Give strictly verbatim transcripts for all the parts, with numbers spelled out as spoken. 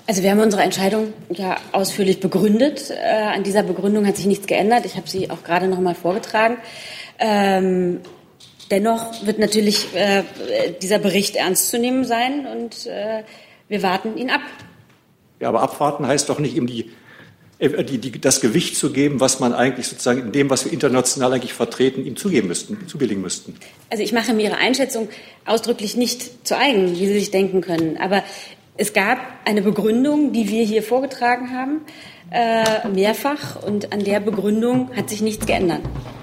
Also wir haben unsere Entscheidung ja ausführlich begründet. Äh, an dieser Begründung hat sich nichts geändert. Ich habe sie auch gerade noch mal vorgetragen. Ähm, dennoch wird natürlich äh, dieser Bericht ernst zu nehmen sein und äh, wir warten ihn ab. Ja, aber abwarten heißt doch nicht, ihm die, die, die, das Gewicht zu geben, was man eigentlich sozusagen in dem, was wir international eigentlich vertreten, ihm zugeben müssten, zubilligen müssten. Also ich mache mir Ihre Einschätzung ausdrücklich nicht zu eigen, wie Sie sich denken können. Aber es gab eine Begründung, die wir hier vorgetragen haben, äh, mehrfach. Und an der Begründung hat sich nichts geändert.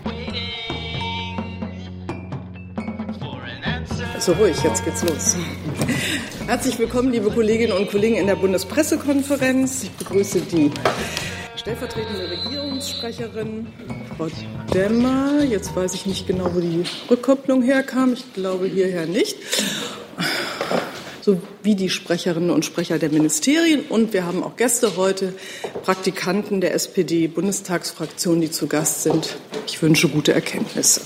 So, ruhig, jetzt geht's los. Herzlich willkommen, liebe Kolleginnen und Kollegen in der Bundespressekonferenz. Ich begrüße die stellvertretende Regierungssprecherin, Frau Demmer. Jetzt weiß ich nicht genau, wo die Rückkopplung herkam. Ich glaube hierher nicht. Sowie die Sprecherinnen und Sprecher der Ministerien. Und wir haben auch Gäste heute, Praktikanten der S P D-Bundestagsfraktion, die zu Gast sind. Ich wünsche gute Erkenntnisse.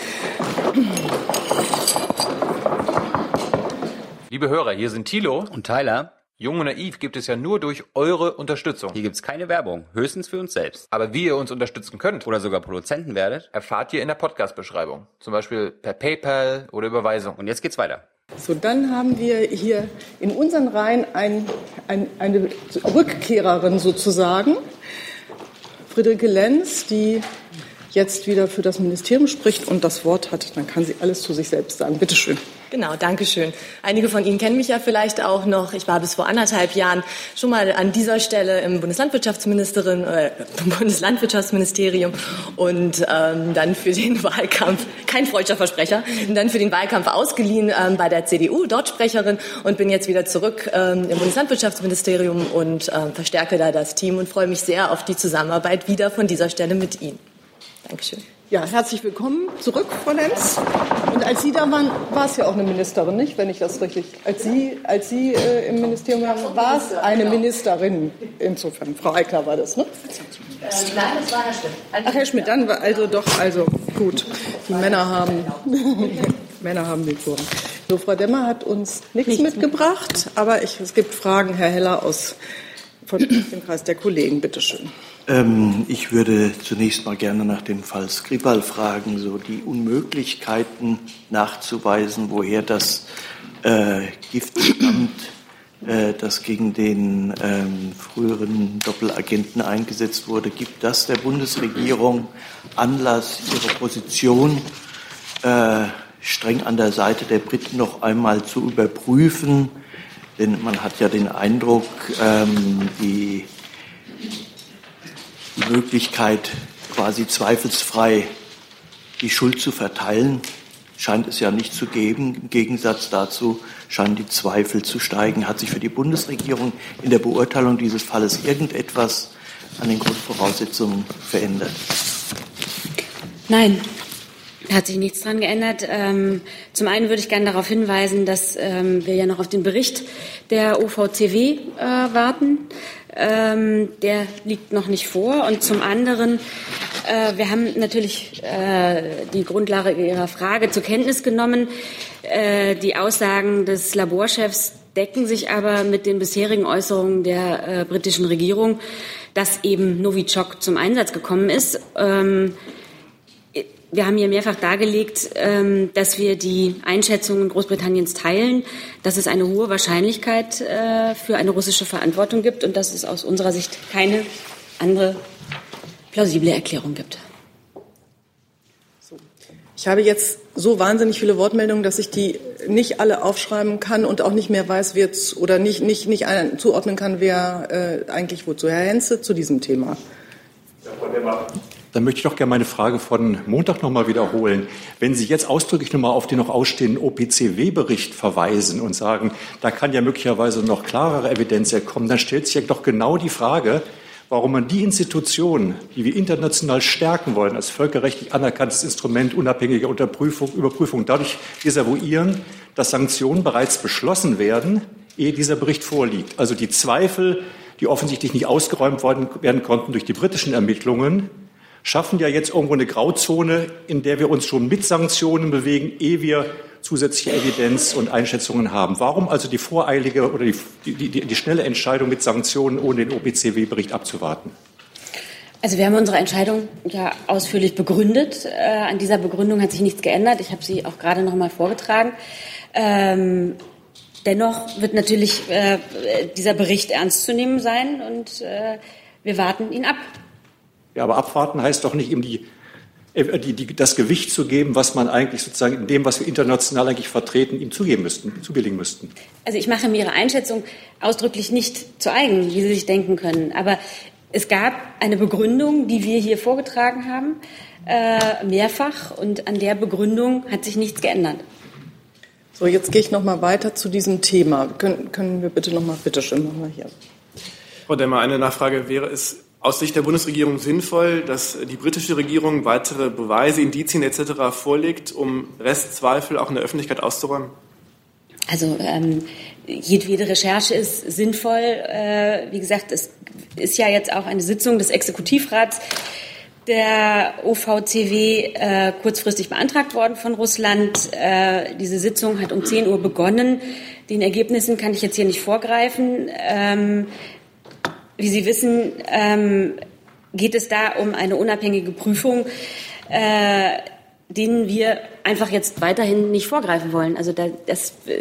Liebe Hörer, hier sind Thilo und Tyler. Jung und Naiv gibt es ja nur durch eure Unterstützung. Hier gibt's keine Werbung, höchstens für uns selbst. Aber wie ihr uns unterstützen könnt oder sogar Produzenten werdet, erfahrt ihr in der Podcast-Beschreibung. Zum Beispiel per PayPal oder Überweisung. Und jetzt geht's weiter. So, dann haben wir hier in unseren Reihen ein, ein, eine Rückkehrerin sozusagen, Friederike Lenz, die jetzt wieder für das Ministerium spricht und das Wort hat. Dann kann sie alles zu sich selbst sagen. Bitte schön. Genau, danke schön. Einige von Ihnen kennen mich ja vielleicht auch noch. Ich war bis vor anderthalb Jahren schon mal an dieser Stelle im Bundeslandwirtschaftsministerin, äh, Bundeslandwirtschaftsministerium und ähm, dann für den Wahlkampf, kein freudscher Versprecher, und dann für den Wahlkampf ausgeliehen ähm, bei der C D U, dort Sprecherin und bin jetzt wieder zurück ähm, im Bundeslandwirtschaftsministerium und äh, verstärke da das Team und freue mich sehr auf die Zusammenarbeit wieder von dieser Stelle mit Ihnen. Dankeschön. Ja, herzlich willkommen zurück, Frau Lenz. Und als Sie da waren, war es ja auch eine Ministerin, nicht? Wenn ich das richtig. Als Sie, als Sie äh, im Ministerium waren, war es eine Ministerin. Insofern, Frau Eigner war das, ne? Äh, nein, das war Herr Schmidt. Ach, Herr Schmidt, dann war also doch, also gut. Die Männer haben, Männer haben den Vorrang. So, Frau Demmer hat uns nichts, nichts mitgebracht, aber ich, es gibt Fragen, Herr Heller aus von dem Kreis der Kollegen, bitte schön. Ähm, ich würde zunächst mal gerne nach dem Fall Skripal fragen, so die Unmöglichkeiten nachzuweisen, woher das äh, Gift stammt, äh, das gegen den ähm, früheren Doppelagenten eingesetzt wurde. Gibt das der Bundesregierung Anlass, ihre Position äh, streng an der Seite der Briten noch einmal zu überprüfen? Denn man hat ja den Eindruck, ähm, die Die Möglichkeit, quasi zweifelsfrei die Schuld zu verteilen, scheint es ja nicht zu geben. Im Gegensatz dazu scheinen die Zweifel zu steigen. Hat sich für die Bundesregierung in der Beurteilung dieses Falles irgendetwas an den Grundvoraussetzungen verändert? Nein, hat sich nichts dran geändert. Ähm, zum einen würde ich gerne darauf hinweisen, dass ähm, wir ja noch auf den Bericht der O V C W äh, warten. Ähm, der liegt noch nicht vor. Und zum anderen, äh, wir haben natürlich äh, die Grundlage Ihrer Frage zur Kenntnis genommen. Äh, die Aussagen des Laborchefs decken sich aber mit den bisherigen Äußerungen der äh, britischen Regierung, dass eben Novichok zum Einsatz gekommen ist. Ähm, Wir haben hier mehrfach dargelegt, dass wir die Einschätzungen Großbritanniens teilen, dass es eine hohe Wahrscheinlichkeit für eine russische Verantwortung gibt und dass es aus unserer Sicht keine andere plausible Erklärung gibt. So. Ich habe jetzt so wahnsinnig viele Wortmeldungen, dass ich die nicht alle aufschreiben kann und auch nicht mehr weiß, wer oder nicht, nicht, nicht zuordnen kann, wer äh, eigentlich wozu. Herr Henze, zu diesem Thema. Ja, Frau Demmer. Dann möchte ich doch gerne meine Frage von Montag noch mal wiederholen. Wenn Sie jetzt ausdrücklich noch mal auf den noch ausstehenden O P C W-Bericht verweisen und sagen, da kann ja möglicherweise noch klarere Evidenz herkommen, dann stellt sich ja doch genau die Frage, warum man die Institutionen, die wir international stärken wollen, als völkerrechtlich anerkanntes Instrument unabhängiger Unterprüfung, Überprüfung dadurch desavouieren, dass Sanktionen bereits beschlossen werden, ehe dieser Bericht vorliegt. Also die Zweifel, die offensichtlich nicht ausgeräumt worden werden konnten durch die britischen Ermittlungen, schaffen ja jetzt irgendwo eine Grauzone, in der wir uns schon mit Sanktionen bewegen, ehe wir zusätzliche Evidenz und Einschätzungen haben. Warum also die voreilige oder die, die, die, die schnelle Entscheidung mit Sanktionen, ohne den O P C W-Bericht abzuwarten? Also wir haben unsere Entscheidung ja ausführlich begründet. Äh, an dieser Begründung hat sich nichts geändert. Ich habe sie auch gerade noch mal vorgetragen. Ähm, dennoch wird natürlich äh, dieser Bericht ernst zu nehmen sein und äh, wir warten ihn ab. Ja, aber abwarten heißt doch nicht, ihm die, die, die, das Gewicht zu geben, was man eigentlich sozusagen in dem, was wir international eigentlich vertreten, ihm zugeben müssten, zubilligen müssten. Also ich mache mir Ihre Einschätzung ausdrücklich nicht zu eigen, wie Sie sich denken können. Aber es gab eine Begründung, die wir hier vorgetragen haben, äh, mehrfach. Und an der Begründung hat sich nichts geändert. So, jetzt gehe ich noch mal weiter zu diesem Thema. Können, können wir bitte noch mal, bitte schön, noch mal hier. Frau Demmer, eine Nachfrage. Wäre es aus Sicht der Bundesregierung sinnvoll, dass die britische Regierung weitere Beweise, Indizien et cetera vorlegt, um Restzweifel auch in der Öffentlichkeit auszuräumen? Also ähm, jedwede Recherche ist sinnvoll. Äh, wie gesagt, es ist ja jetzt auch eine Sitzung des Exekutivrats der O V C W äh, kurzfristig beantragt worden von Russland. Äh, diese Sitzung hat um zehn Uhr begonnen. Den Ergebnissen kann ich jetzt hier nicht vorgreifen. Ähm, wie Sie wissen, ähm, geht es da um eine unabhängige Prüfung, äh, denen wir einfach jetzt weiterhin nicht vorgreifen wollen. Also da, das äh,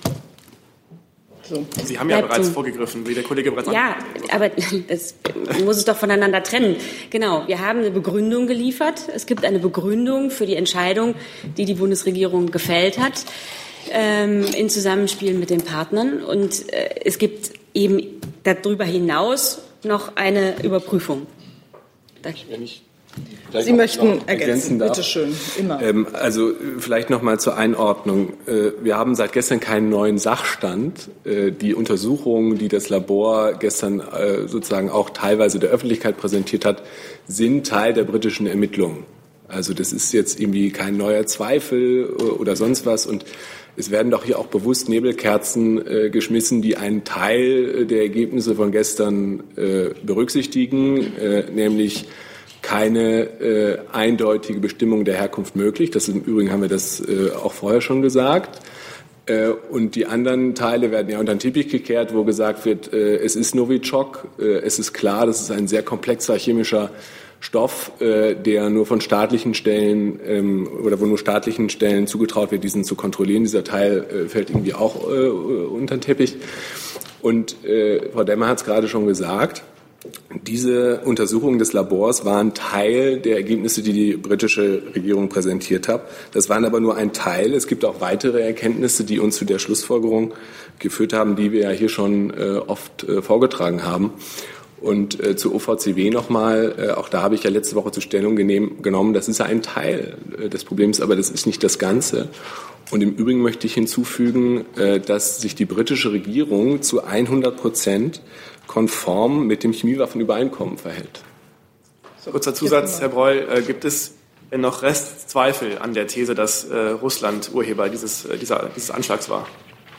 so. Sie haben ja bereits so vorgegriffen, wie der Kollege bereits Ja, aber das muss es doch voneinander trennen. Genau, wir haben eine Begründung geliefert. Es gibt eine Begründung für die Entscheidung, die die Bundesregierung gefällt hat, ähm, in Zusammenspiel mit den Partnern. Und äh, es gibt eben darüber hinaus noch eine Überprüfung. Wenn ich Sie möchten ergänzen, bitte schön, immer. Ähm, also vielleicht noch mal zur Einordnung. Äh, wir haben seit gestern keinen neuen Sachstand. Äh, die Untersuchungen, die das Labor gestern äh, sozusagen auch teilweise der Öffentlichkeit präsentiert hat, sind Teil der britischen Ermittlungen. Also das ist jetzt irgendwie kein neuer Zweifel oder sonst was. Und es werden doch hier auch bewusst Nebelkerzen äh, geschmissen, die einen Teil der Ergebnisse von gestern äh, berücksichtigen, äh, nämlich keine äh, eindeutige Bestimmung der Herkunft möglich. Das ist, im Übrigen haben wir das äh, auch vorher schon gesagt. Äh, und die anderen Teile werden ja unter den Teppich gekehrt, wo gesagt wird, äh, es ist Novichok, äh, es ist klar, das ist ein sehr komplexer chemischer Stoff, äh, der nur von staatlichen Stellen ähm, oder wo nur staatlichen Stellen zugetraut wird, diesen zu kontrollieren. Dieser Teil äh, fällt irgendwie auch äh, unter den Teppich. Und äh, Frau Demmer hat es gerade schon gesagt, diese Untersuchungen des Labors waren Teil der Ergebnisse, die die britische Regierung präsentiert hat. Das waren aber nur ein Teil. Es gibt auch weitere Erkenntnisse, die uns zu der Schlussfolgerung geführt haben, die wir ja hier schon äh, oft äh, vorgetragen haben. Und äh, zu O V C W nochmal, äh, auch da habe ich ja letzte Woche zur Stellung genehm, genommen, das ist ein Teil äh, des Problems, aber das ist nicht das Ganze. Und im Übrigen möchte ich hinzufügen, äh, dass sich die britische Regierung zu hundert Prozent konform mit dem Chemiewaffenübereinkommen verhält. So, kurzer Zusatz, Herr Breul, äh, gibt es noch Restzweifel an der These, dass äh, Russland Urheber dieses, äh, dieser, dieses Anschlags war?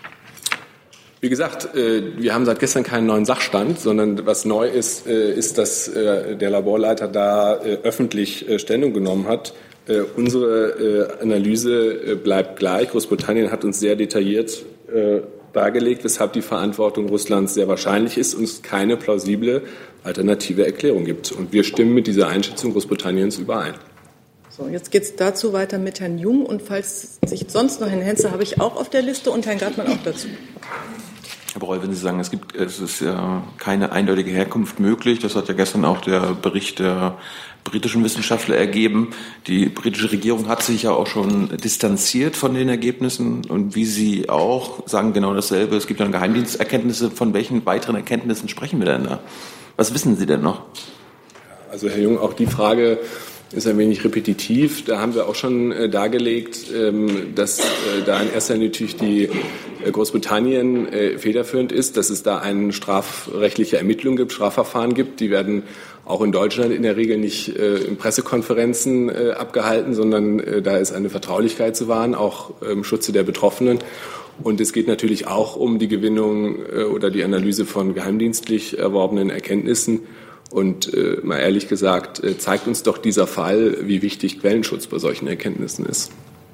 Wie gesagt, wir haben seit gestern keinen neuen Sachstand, sondern was neu ist, ist, dass der Laborleiter da öffentlich Stellung genommen hat. Unsere Analyse bleibt gleich. Großbritannien hat uns sehr detailliert dargelegt, weshalb die Verantwortung Russlands sehr wahrscheinlich ist und es keine plausible alternative Erklärung gibt. Und wir stimmen mit dieser Einschätzung Großbritanniens überein. So, jetzt geht es dazu weiter mit Herrn Jung und falls sich sonst noch Herrn Henze habe ich auch auf der Liste und Herrn Gartmann auch dazu. Herr Breul, wenn Sie sagen, es gibt, es ist ja keine eindeutige Herkunft möglich, das hat ja gestern auch der Bericht der britischen Wissenschaftler ergeben. Die britische Regierung hat sich ja auch schon distanziert von den Ergebnissen und wie Sie auch sagen genau dasselbe. Es gibt dann Geheimdiensterkenntnisse. Von welchen weiteren Erkenntnissen sprechen wir denn da? Was wissen Sie denn noch? Also Herr Jung, auch die Frage ist ein wenig repetitiv. Da haben wir auch schon äh, dargelegt, ähm, dass äh, da in erster Linie natürlich die äh, Großbritannien äh, federführend ist, dass es da eine strafrechtliche Ermittlung gibt, Strafverfahren gibt. Die werden auch in Deutschland in der Regel nicht äh, in Pressekonferenzen äh, abgehalten, sondern äh, da ist eine Vertraulichkeit zu wahren, auch im Schutze der Betroffenen. Und es geht natürlich auch um die Gewinnung äh, oder die Analyse von geheimdienstlich erworbenen Erkenntnissen. Und äh, mal ehrlich gesagt, äh, zeigt uns doch dieser Fall, wie wichtig Quellenschutz bei solchen Erkenntnissen ist.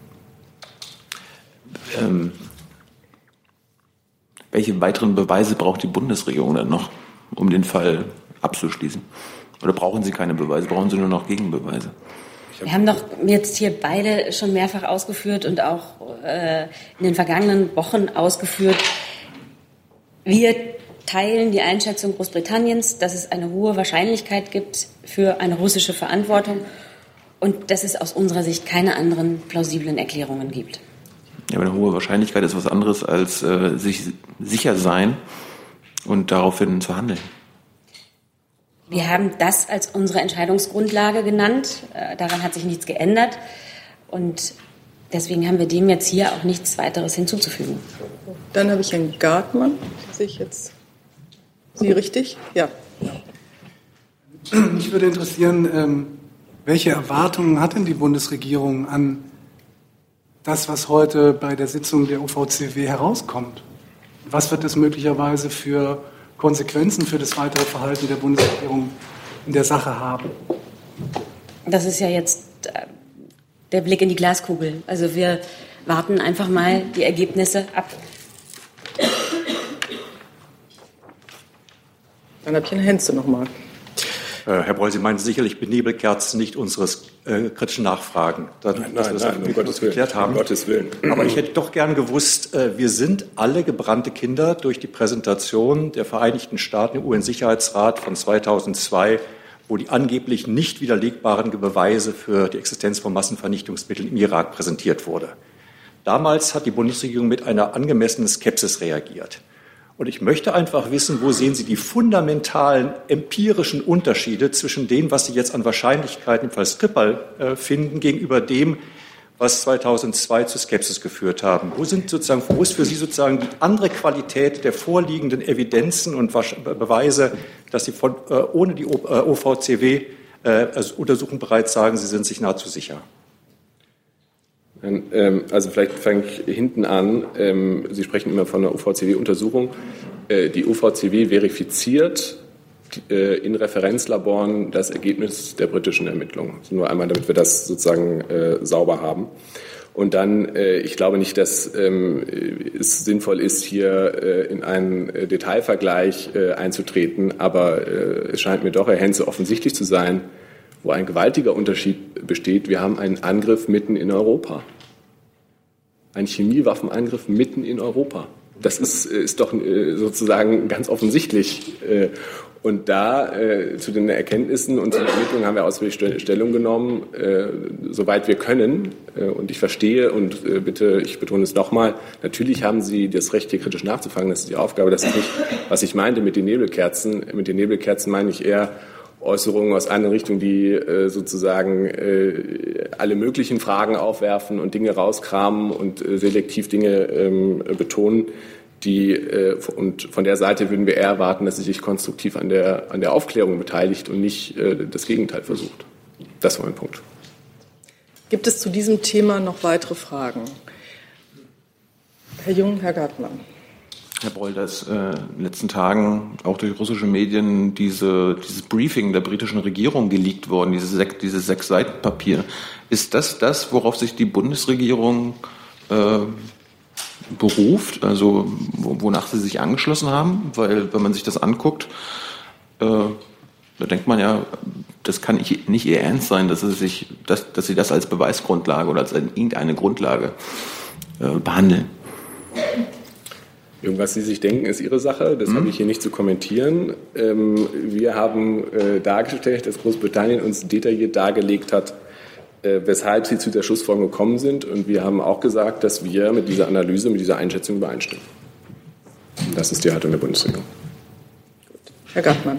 Ähm, welche weiteren Beweise braucht die Bundesregierung dann noch, um den Fall abzuschließen? Oder brauchen Sie keine Beweise, brauchen Sie nur noch Gegenbeweise? Wir haben doch jetzt hier beide schon mehrfach ausgeführt und auch äh, in den vergangenen Wochen ausgeführt, wir teilen die Einschätzung Großbritanniens, dass es eine hohe Wahrscheinlichkeit gibt für eine russische Verantwortung und dass es aus unserer Sicht keine anderen plausiblen Erklärungen gibt. Ja, aber eine hohe Wahrscheinlichkeit ist was anderes als äh, sich sicher sein und daraufhin zu handeln. Wir haben das als unsere Entscheidungsgrundlage genannt. Äh, daran hat sich nichts geändert und deswegen haben wir dem jetzt hier auch nichts weiteres hinzuzufügen. Dann habe ich Herrn Gartmann. Sehe ich jetzt Sie richtig? Ja. Mich würde interessieren, welche Erwartungen hat denn die Bundesregierung an das, was heute bei der Sitzung der O V C W herauskommt? Was wird das möglicherweise für Konsequenzen für das weitere Verhalten der Bundesregierung in der Sache haben? Das ist ja jetzt der Blick in die Glaskugel. Also wir warten einfach mal die Ergebnisse ab. Dann habe ich Herrn Henze noch mal. Äh, Herr Breul, Sie meinen sicherlich Benebelkerzen nicht unseres äh, kritischen Nachfragen, dann, nein, dass wir das nein, um Gottes Willen, geklärt haben. Um Gottes Willen. Aber ich hätte doch gern gewusst, äh, wir sind alle gebrannte Kinder durch die Präsentation der Vereinigten Staaten im U N-Sicherheitsrat von zweitausendzwei, wo die angeblich nicht widerlegbaren Beweise für die Existenz von Massenvernichtungsmitteln im Irak präsentiert wurde. Damals hat die Bundesregierung mit einer angemessenen Skepsis reagiert. Und ich möchte einfach wissen, wo sehen Sie die fundamentalen empirischen Unterschiede zwischen dem, was Sie jetzt an Wahrscheinlichkeiten im Fall Skripal äh, finden, gegenüber dem, was zweitausendzwei zu Skepsis geführt haben? Wo sind sozusagen, wo ist für Sie sozusagen die andere Qualität der vorliegenden Evidenzen und Beweise, dass Sie von, äh, ohne die O V C W äh, also Untersuchung bereits sagen, Sie sind sich nahezu sicher? Also vielleicht fange ich hinten an. Sie sprechen immer von einer O V C W-Untersuchung. Die O V C W verifiziert in Referenzlaboren das Ergebnis der britischen Ermittlungen. Also nur einmal, damit wir das sozusagen sauber haben. Und dann, ich glaube nicht, dass es sinnvoll ist, hier in einen Detailvergleich einzutreten, aber es scheint mir doch, Herr Henze, offensichtlich zu sein, wo ein gewaltiger Unterschied besteht. Wir haben einen Angriff mitten in Europa. Ein Chemiewaffenangriff mitten in Europa. Das ist, ist doch sozusagen ganz offensichtlich. Und da zu den Erkenntnissen und den Ermittlungen haben wir ausführlich Stellung genommen, soweit wir können. Und ich verstehe und bitte, ich betone es nochmal, natürlich haben Sie das Recht, hier kritisch nachzufragen. Das ist die Aufgabe. Das ist nicht, was ich meinte mit den Nebelkerzen. Mit den Nebelkerzen meine ich eher Äußerungen aus einer Richtung, die äh, sozusagen äh, alle möglichen Fragen aufwerfen und Dinge rauskramen und äh, selektiv Dinge ähm, betonen. Die, äh, und von der Seite würden wir eher erwarten, dass sie sich konstruktiv an der, an der Aufklärung beteiligt und nicht äh, das Gegenteil versucht. Das war mein Punkt. Gibt es zu diesem Thema noch weitere Fragen? Herr Jung, Herr Gartmann. Herr Breul, da ist äh, in den letzten Tagen auch durch russische Medien diese, dieses Briefing der britischen Regierung geleakt worden, dieses, dieses sechs Seiten Papier. Ist das das, worauf sich die Bundesregierung äh, beruft, also wonach sie sich angeschlossen haben? Weil wenn man sich das anguckt, äh, da denkt man ja, das kann nicht ihr Ernst sein, dass sie, sich, dass, dass sie das als Beweisgrundlage oder als irgendeine Grundlage äh, behandeln. Was Sie sich denken, ist Ihre Sache. Das mhm. habe ich hier nicht zu kommentieren. Ähm, wir haben äh, dargestellt, dass Großbritannien uns detailliert dargelegt hat, äh, weshalb sie zu der Schlussfolgerung gekommen sind. Und wir haben auch gesagt, dass wir mit dieser Analyse, mit dieser Einschätzung übereinstimmen. Das ist die Haltung der Bundesregierung. Gut. Herr Gartmann.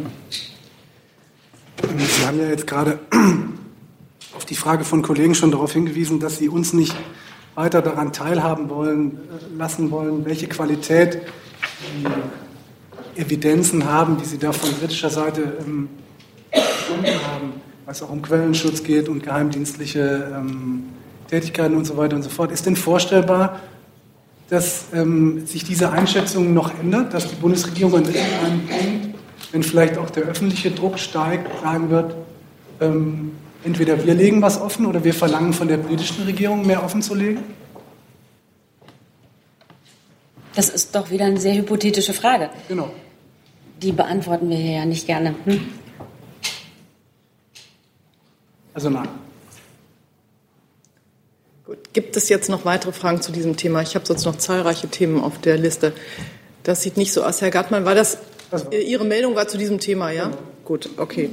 Sie haben ja jetzt gerade auf die Frage von Kollegen schon darauf hingewiesen, dass Sie uns nicht weiter daran teilhaben wollen, lassen wollen, welche Qualität die Evidenzen haben, die Sie da von britischer Seite ähm, gefunden haben, was auch um Quellenschutz geht und geheimdienstliche ähm, Tätigkeiten und so weiter und so fort. Ist denn vorstellbar, dass ähm, sich diese Einschätzung noch ändert, dass die Bundesregierung an irgendeinem Punkt wenn vielleicht auch der öffentliche Druck steigt, sagen wird, ähm, entweder wir legen was offen oder wir verlangen von der britischen Regierung, mehr offen zu legen? Das ist doch wieder eine sehr hypothetische Frage. Genau. Die beantworten wir hier ja nicht gerne. Hm? Also nein. Gut. Gibt es jetzt noch weitere Fragen zu diesem Thema? Ich habe sonst noch zahlreiche Themen auf der Liste. Das sieht nicht so aus. Herr Gartmann, war das, das war. Ihre Meldung war zu diesem Thema, ja? Genau. Gut, okay.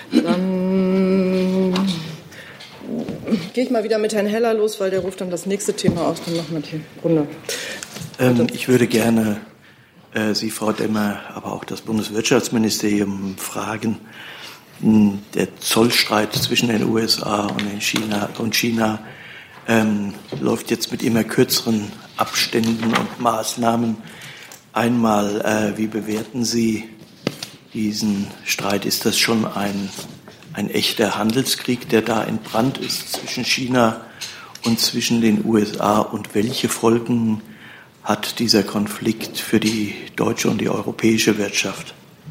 Dann gehe ich mal wieder mit Herrn Heller los, weil der ruft dann das nächste Thema aus. Dann machen wir die Runde. Ähm, ich würde gerne äh, Sie, Frau Demmer, aber auch das Bundeswirtschaftsministerium fragen. Der Zollstreit zwischen den U S A und in China, und China ähm, läuft jetzt mit immer kürzeren Abständen und Maßnahmen. Einmal, äh, wie bewerten Sie diesen Streit? Ist das schon ein, ein echter Handelskrieg, der da entbrannt ist zwischen China und zwischen den U S A? Und welche Folgen hat dieser Konflikt für die deutsche und die europäische Wirtschaft?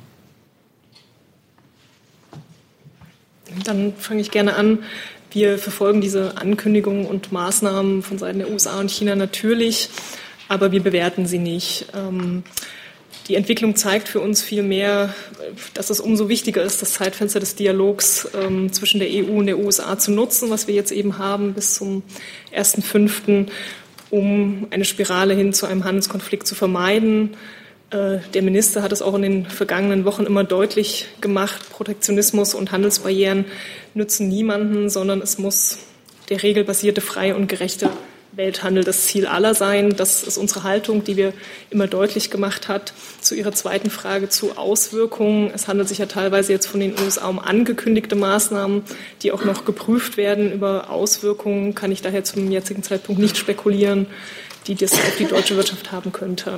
Dann fange ich gerne an. Wir verfolgen diese Ankündigungen und Maßnahmen von Seiten der U S A und China natürlich, aber wir bewerten sie nicht. Die Entwicklung zeigt für uns vielmehr, dass es umso wichtiger ist, das Zeitfenster des Dialogs zwischen der E U und der U S A zu nutzen, was wir jetzt eben haben bis zum ersten fünften, um eine Spirale hin zu einem Handelskonflikt zu vermeiden. Der Minister hat es auch in den vergangenen Wochen immer deutlich gemacht, Protektionismus und Handelsbarrieren nützen niemanden, sondern es muss der regelbasierte, freie und gerechte Welthandel das Ziel aller sein. Das ist unsere Haltung, die wir immer deutlich gemacht hat. Zu Ihrer zweiten Frage zu Auswirkungen. Es handelt sich ja teilweise jetzt von den U S A um angekündigte Maßnahmen, die auch noch geprüft werden. Über Auswirkungen kann ich daher zum jetzigen Zeitpunkt nicht spekulieren, die das auf die deutsche Wirtschaft haben könnte.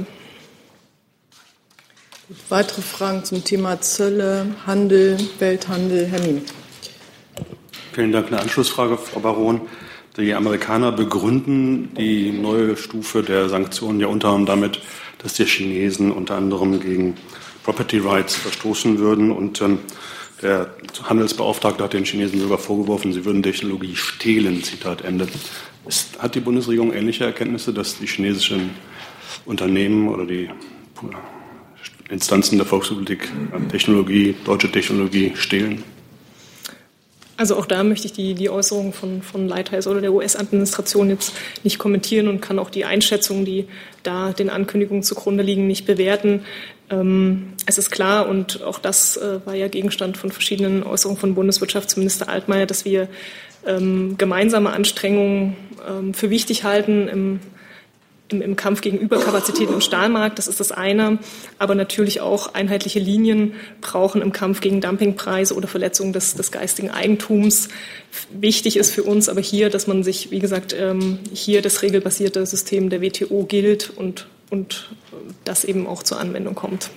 Weitere Fragen zum Thema Zölle, Handel, Welthandel. Herr Miem. Vielen Dank. Eine Anschlussfrage, Frau Baron. Die Amerikaner begründen die neue Stufe der Sanktionen ja unter anderem damit, dass die Chinesen unter anderem gegen Property Rights verstoßen würden. Und ähm, der Handelsbeauftragte hat den Chinesen sogar vorgeworfen, sie würden Technologie stehlen. Zitat Ende. Ist, hat die Bundesregierung ähnliche Erkenntnisse, dass die chinesischen Unternehmen oder die Instanzen der Volksrepublik Technologie, deutsche Technologie stehlen? Also auch da möchte ich die, die Äußerungen von, von Lighthizer oder der U S-Administration jetzt nicht kommentieren und kann auch die Einschätzungen, die da den Ankündigungen zugrunde liegen, nicht bewerten. Ähm, es ist klar, und auch das äh, war ja Gegenstand von verschiedenen Äußerungen von Bundeswirtschaftsminister Altmaier, dass wir ähm, gemeinsame Anstrengungen ähm, für wichtig halten im Im, im Kampf gegen Überkapazitäten im Stahlmarkt, das ist das eine, aber natürlich auch einheitliche Linien brauchen im Kampf gegen Dumpingpreise oder Verletzungen des, des geistigen Eigentums. Wichtig ist für uns aber hier, dass man sich, wie gesagt, ähm, hier das regelbasierte System der W T O gilt und, und das eben auch zur Anwendung kommt.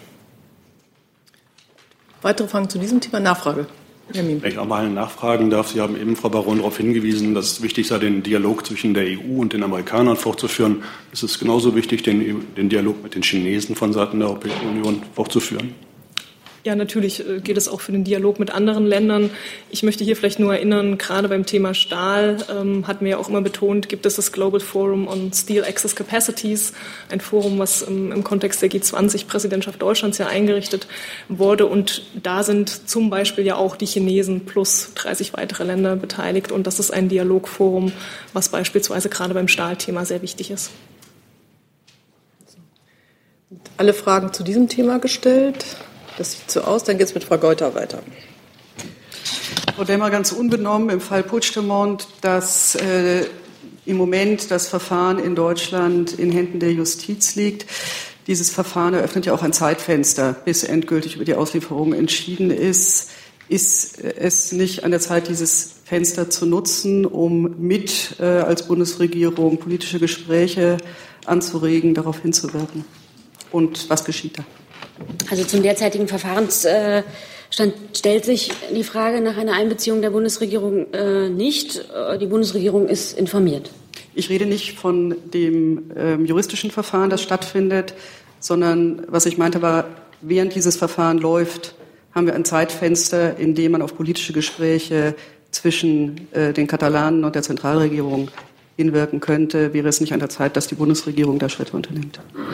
Weitere Fragen zu diesem Thema? Nachfrage. Wenn ich auch mal nachfragen darf, Sie haben eben, Frau Baron, darauf hingewiesen, dass es wichtig sei, den Dialog zwischen der E U und den Amerikanern fortzuführen. Ist es genauso wichtig, den, den Dialog mit den Chinesen von Seiten der Europäischen Union fortzuführen? Ja, natürlich geht es auch für den Dialog mit anderen Ländern. Ich möchte hier vielleicht nur erinnern, gerade beim Thema Stahl ähm, hatten wir ja auch immer betont, gibt es das Global Forum on Steel Access Capacities, ein Forum, was im, im Kontext der G zwanzig-Präsidentschaft Deutschlands ja eingerichtet wurde. Und da sind zum Beispiel ja auch die Chinesen plus dreißig weitere Länder beteiligt. Und das ist ein Dialogforum, was beispielsweise gerade beim Stahlthema sehr wichtig ist. Alle Fragen zu diesem Thema gestellt? Das sieht so aus. Dann geht es mit Frau Geuter weiter. Frau Demmer, ganz unbenommen im Fall Puigdemont, dass äh, im Moment das Verfahren in Deutschland in Händen der Justiz liegt. Dieses Verfahren eröffnet ja auch ein Zeitfenster, bis endgültig über die Auslieferung entschieden ist. Ist es nicht an der Zeit, dieses Fenster zu nutzen, um mit äh, als Bundesregierung politische Gespräche anzuregen, darauf hinzuwirken? Und was geschieht da? Also zum derzeitigen Verfahrensstand stellt sich die Frage nach einer Einbeziehung der Bundesregierung äh, nicht. Die Bundesregierung ist informiert. Ich rede nicht von dem ähm, juristischen Verfahren, das stattfindet, sondern was ich meinte war, während dieses Verfahren läuft, haben wir ein Zeitfenster, in dem man auf politische Gespräche zwischen äh, den Katalanen und der Zentralregierung hinwirken könnte. Wäre es nicht an der Zeit, dass die Bundesregierung da Schritte unternimmt?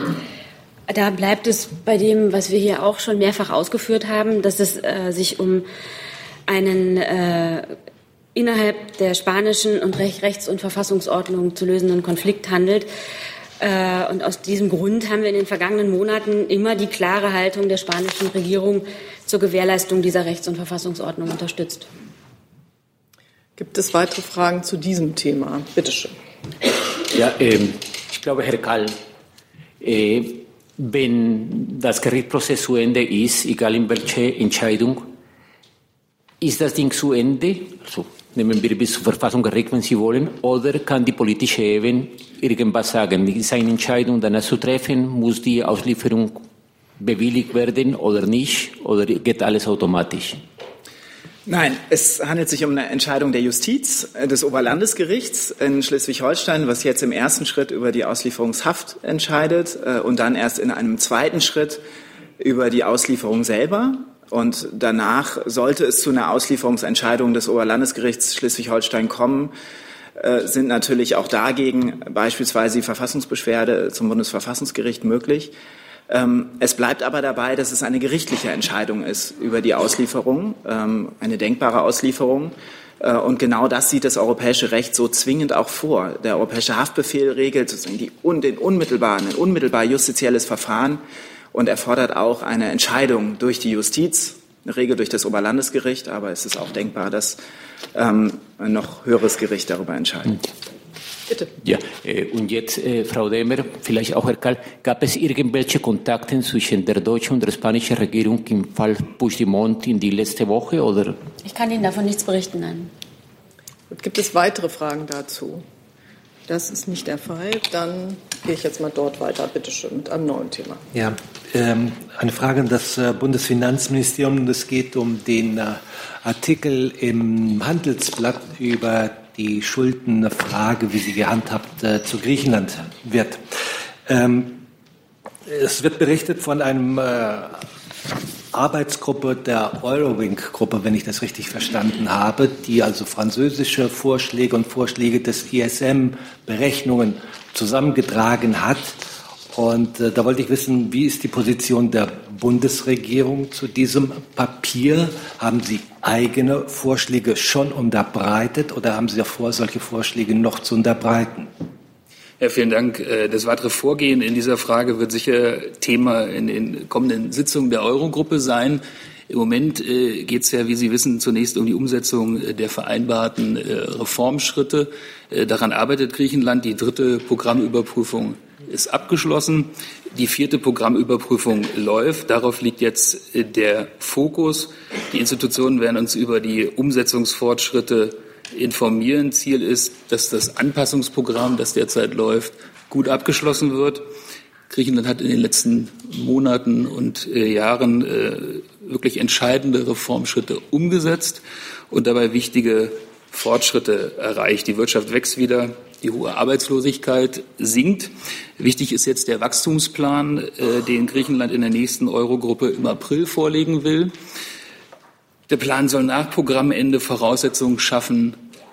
Da bleibt es bei dem, was wir hier auch schon mehrfach ausgeführt haben, dass es äh, sich um einen äh, innerhalb der spanischen und Rech- Rechts- und Verfassungsordnung zu lösenden Konflikt handelt. Äh, und aus diesem Grund haben wir in den vergangenen Monaten immer die klare Haltung der spanischen Regierung zur Gewährleistung dieser Rechts- und Verfassungsordnung unterstützt. Gibt es weitere Fragen zu diesem Thema? Bitte schön. Ja, ähm, ich glaube, Herr Kall, äh, wenn das Gerichtsprozess zu Ende ist, egal in welcher Entscheidung, ist das Ding zu Ende? Also nehmen wir bis zur Verfassungsgericht, wenn Sie wollen, oder kann die politische Ebene irgendwas sagen? Ist eine Entscheidung danach zu treffen? Muss die Auslieferung bewilligt werden oder nicht? Oder geht alles automatisch? Nein, es handelt sich um eine Entscheidung der Justiz des Oberlandesgerichts in Schleswig-Holstein, was jetzt im ersten Schritt über die Auslieferungshaft entscheidet und dann erst in einem zweiten Schritt über die Auslieferung selber. Und danach sollte es zu einer Auslieferungsentscheidung des Oberlandesgerichts Schleswig-Holstein kommen, äh, sind natürlich auch dagegen beispielsweise die Verfassungsbeschwerde zum Bundesverfassungsgericht möglich. Ähm, es bleibt aber dabei, dass es eine gerichtliche Entscheidung ist über die Auslieferung, ähm, eine denkbare Auslieferung. Äh, und genau das sieht das europäische Recht so zwingend auch vor. Der europäische Haftbefehl regelt sozusagen die, un, den unmittelbaren, ein unmittelbar justizielles Verfahren und erfordert auch eine Entscheidung durch die Justiz, eine Regel durch das Oberlandesgericht, aber es ist auch denkbar, dass ähm, ein noch höheres Gericht darüber entscheidet. Bitte. Ja, äh, und jetzt, äh, Frau Demer, vielleicht auch Herr Kall, gab es irgendwelche Kontakte zwischen der deutschen und der spanischen Regierung im Fall Puigdemont in die letzte Woche? Oder? Ich kann Ihnen davon nichts berichten, nein. Und gibt es weitere Fragen dazu? Das ist nicht der Fall. Dann gehe ich jetzt mal dort weiter, bitte schön, mit einem neuen Thema. Ja, ähm, eine Frage an das äh, Bundesfinanzministerium. Es geht um den äh, Artikel im Handelsblatt über die Schuldenfrage, wie sie gehandhabt äh, zu Griechenland wird. Ähm, es wird berichtet von einem äh, Arbeitsgruppe der Eurowing-Gruppe, wenn ich das richtig verstanden habe, die also französische Vorschläge und Vorschläge des I S M-Berechnungen zusammengetragen hat. Und äh, da wollte ich wissen, wie ist die Position der Bundesregierung zu diesem Papier? Haben Sie eigene Vorschläge schon unterbreitet oder haben Sie vor, solche Vorschläge noch zu unterbreiten? Ja, vielen Dank. Das weitere Vorgehen in dieser Frage wird sicher Thema in den kommenden Sitzungen der Eurogruppe sein. Im Moment geht es ja, wie Sie wissen, zunächst um die Umsetzung der vereinbarten Reformschritte. Daran arbeitet Griechenland. Die dritte Programmüberprüfung ist abgeschlossen. Die vierte Programmüberprüfung läuft. Darauf liegt jetzt der Fokus. Die Institutionen werden uns über die Umsetzungsfortschritte informieren. Ziel ist, dass das Anpassungsprogramm, das derzeit läuft, gut abgeschlossen wird. Griechenland hat in den letzten Monaten und äh, Jahren äh, wirklich entscheidende Reformschritte umgesetzt und dabei wichtige Fortschritte erreicht. Die Wirtschaft wächst wieder, die hohe Arbeitslosigkeit sinkt. Wichtig ist jetzt der Wachstumsplan, äh, den Griechenland in der nächsten Eurogruppe im April vorlegen will. Der Plan soll nach Programmende Voraussetzungen schaffen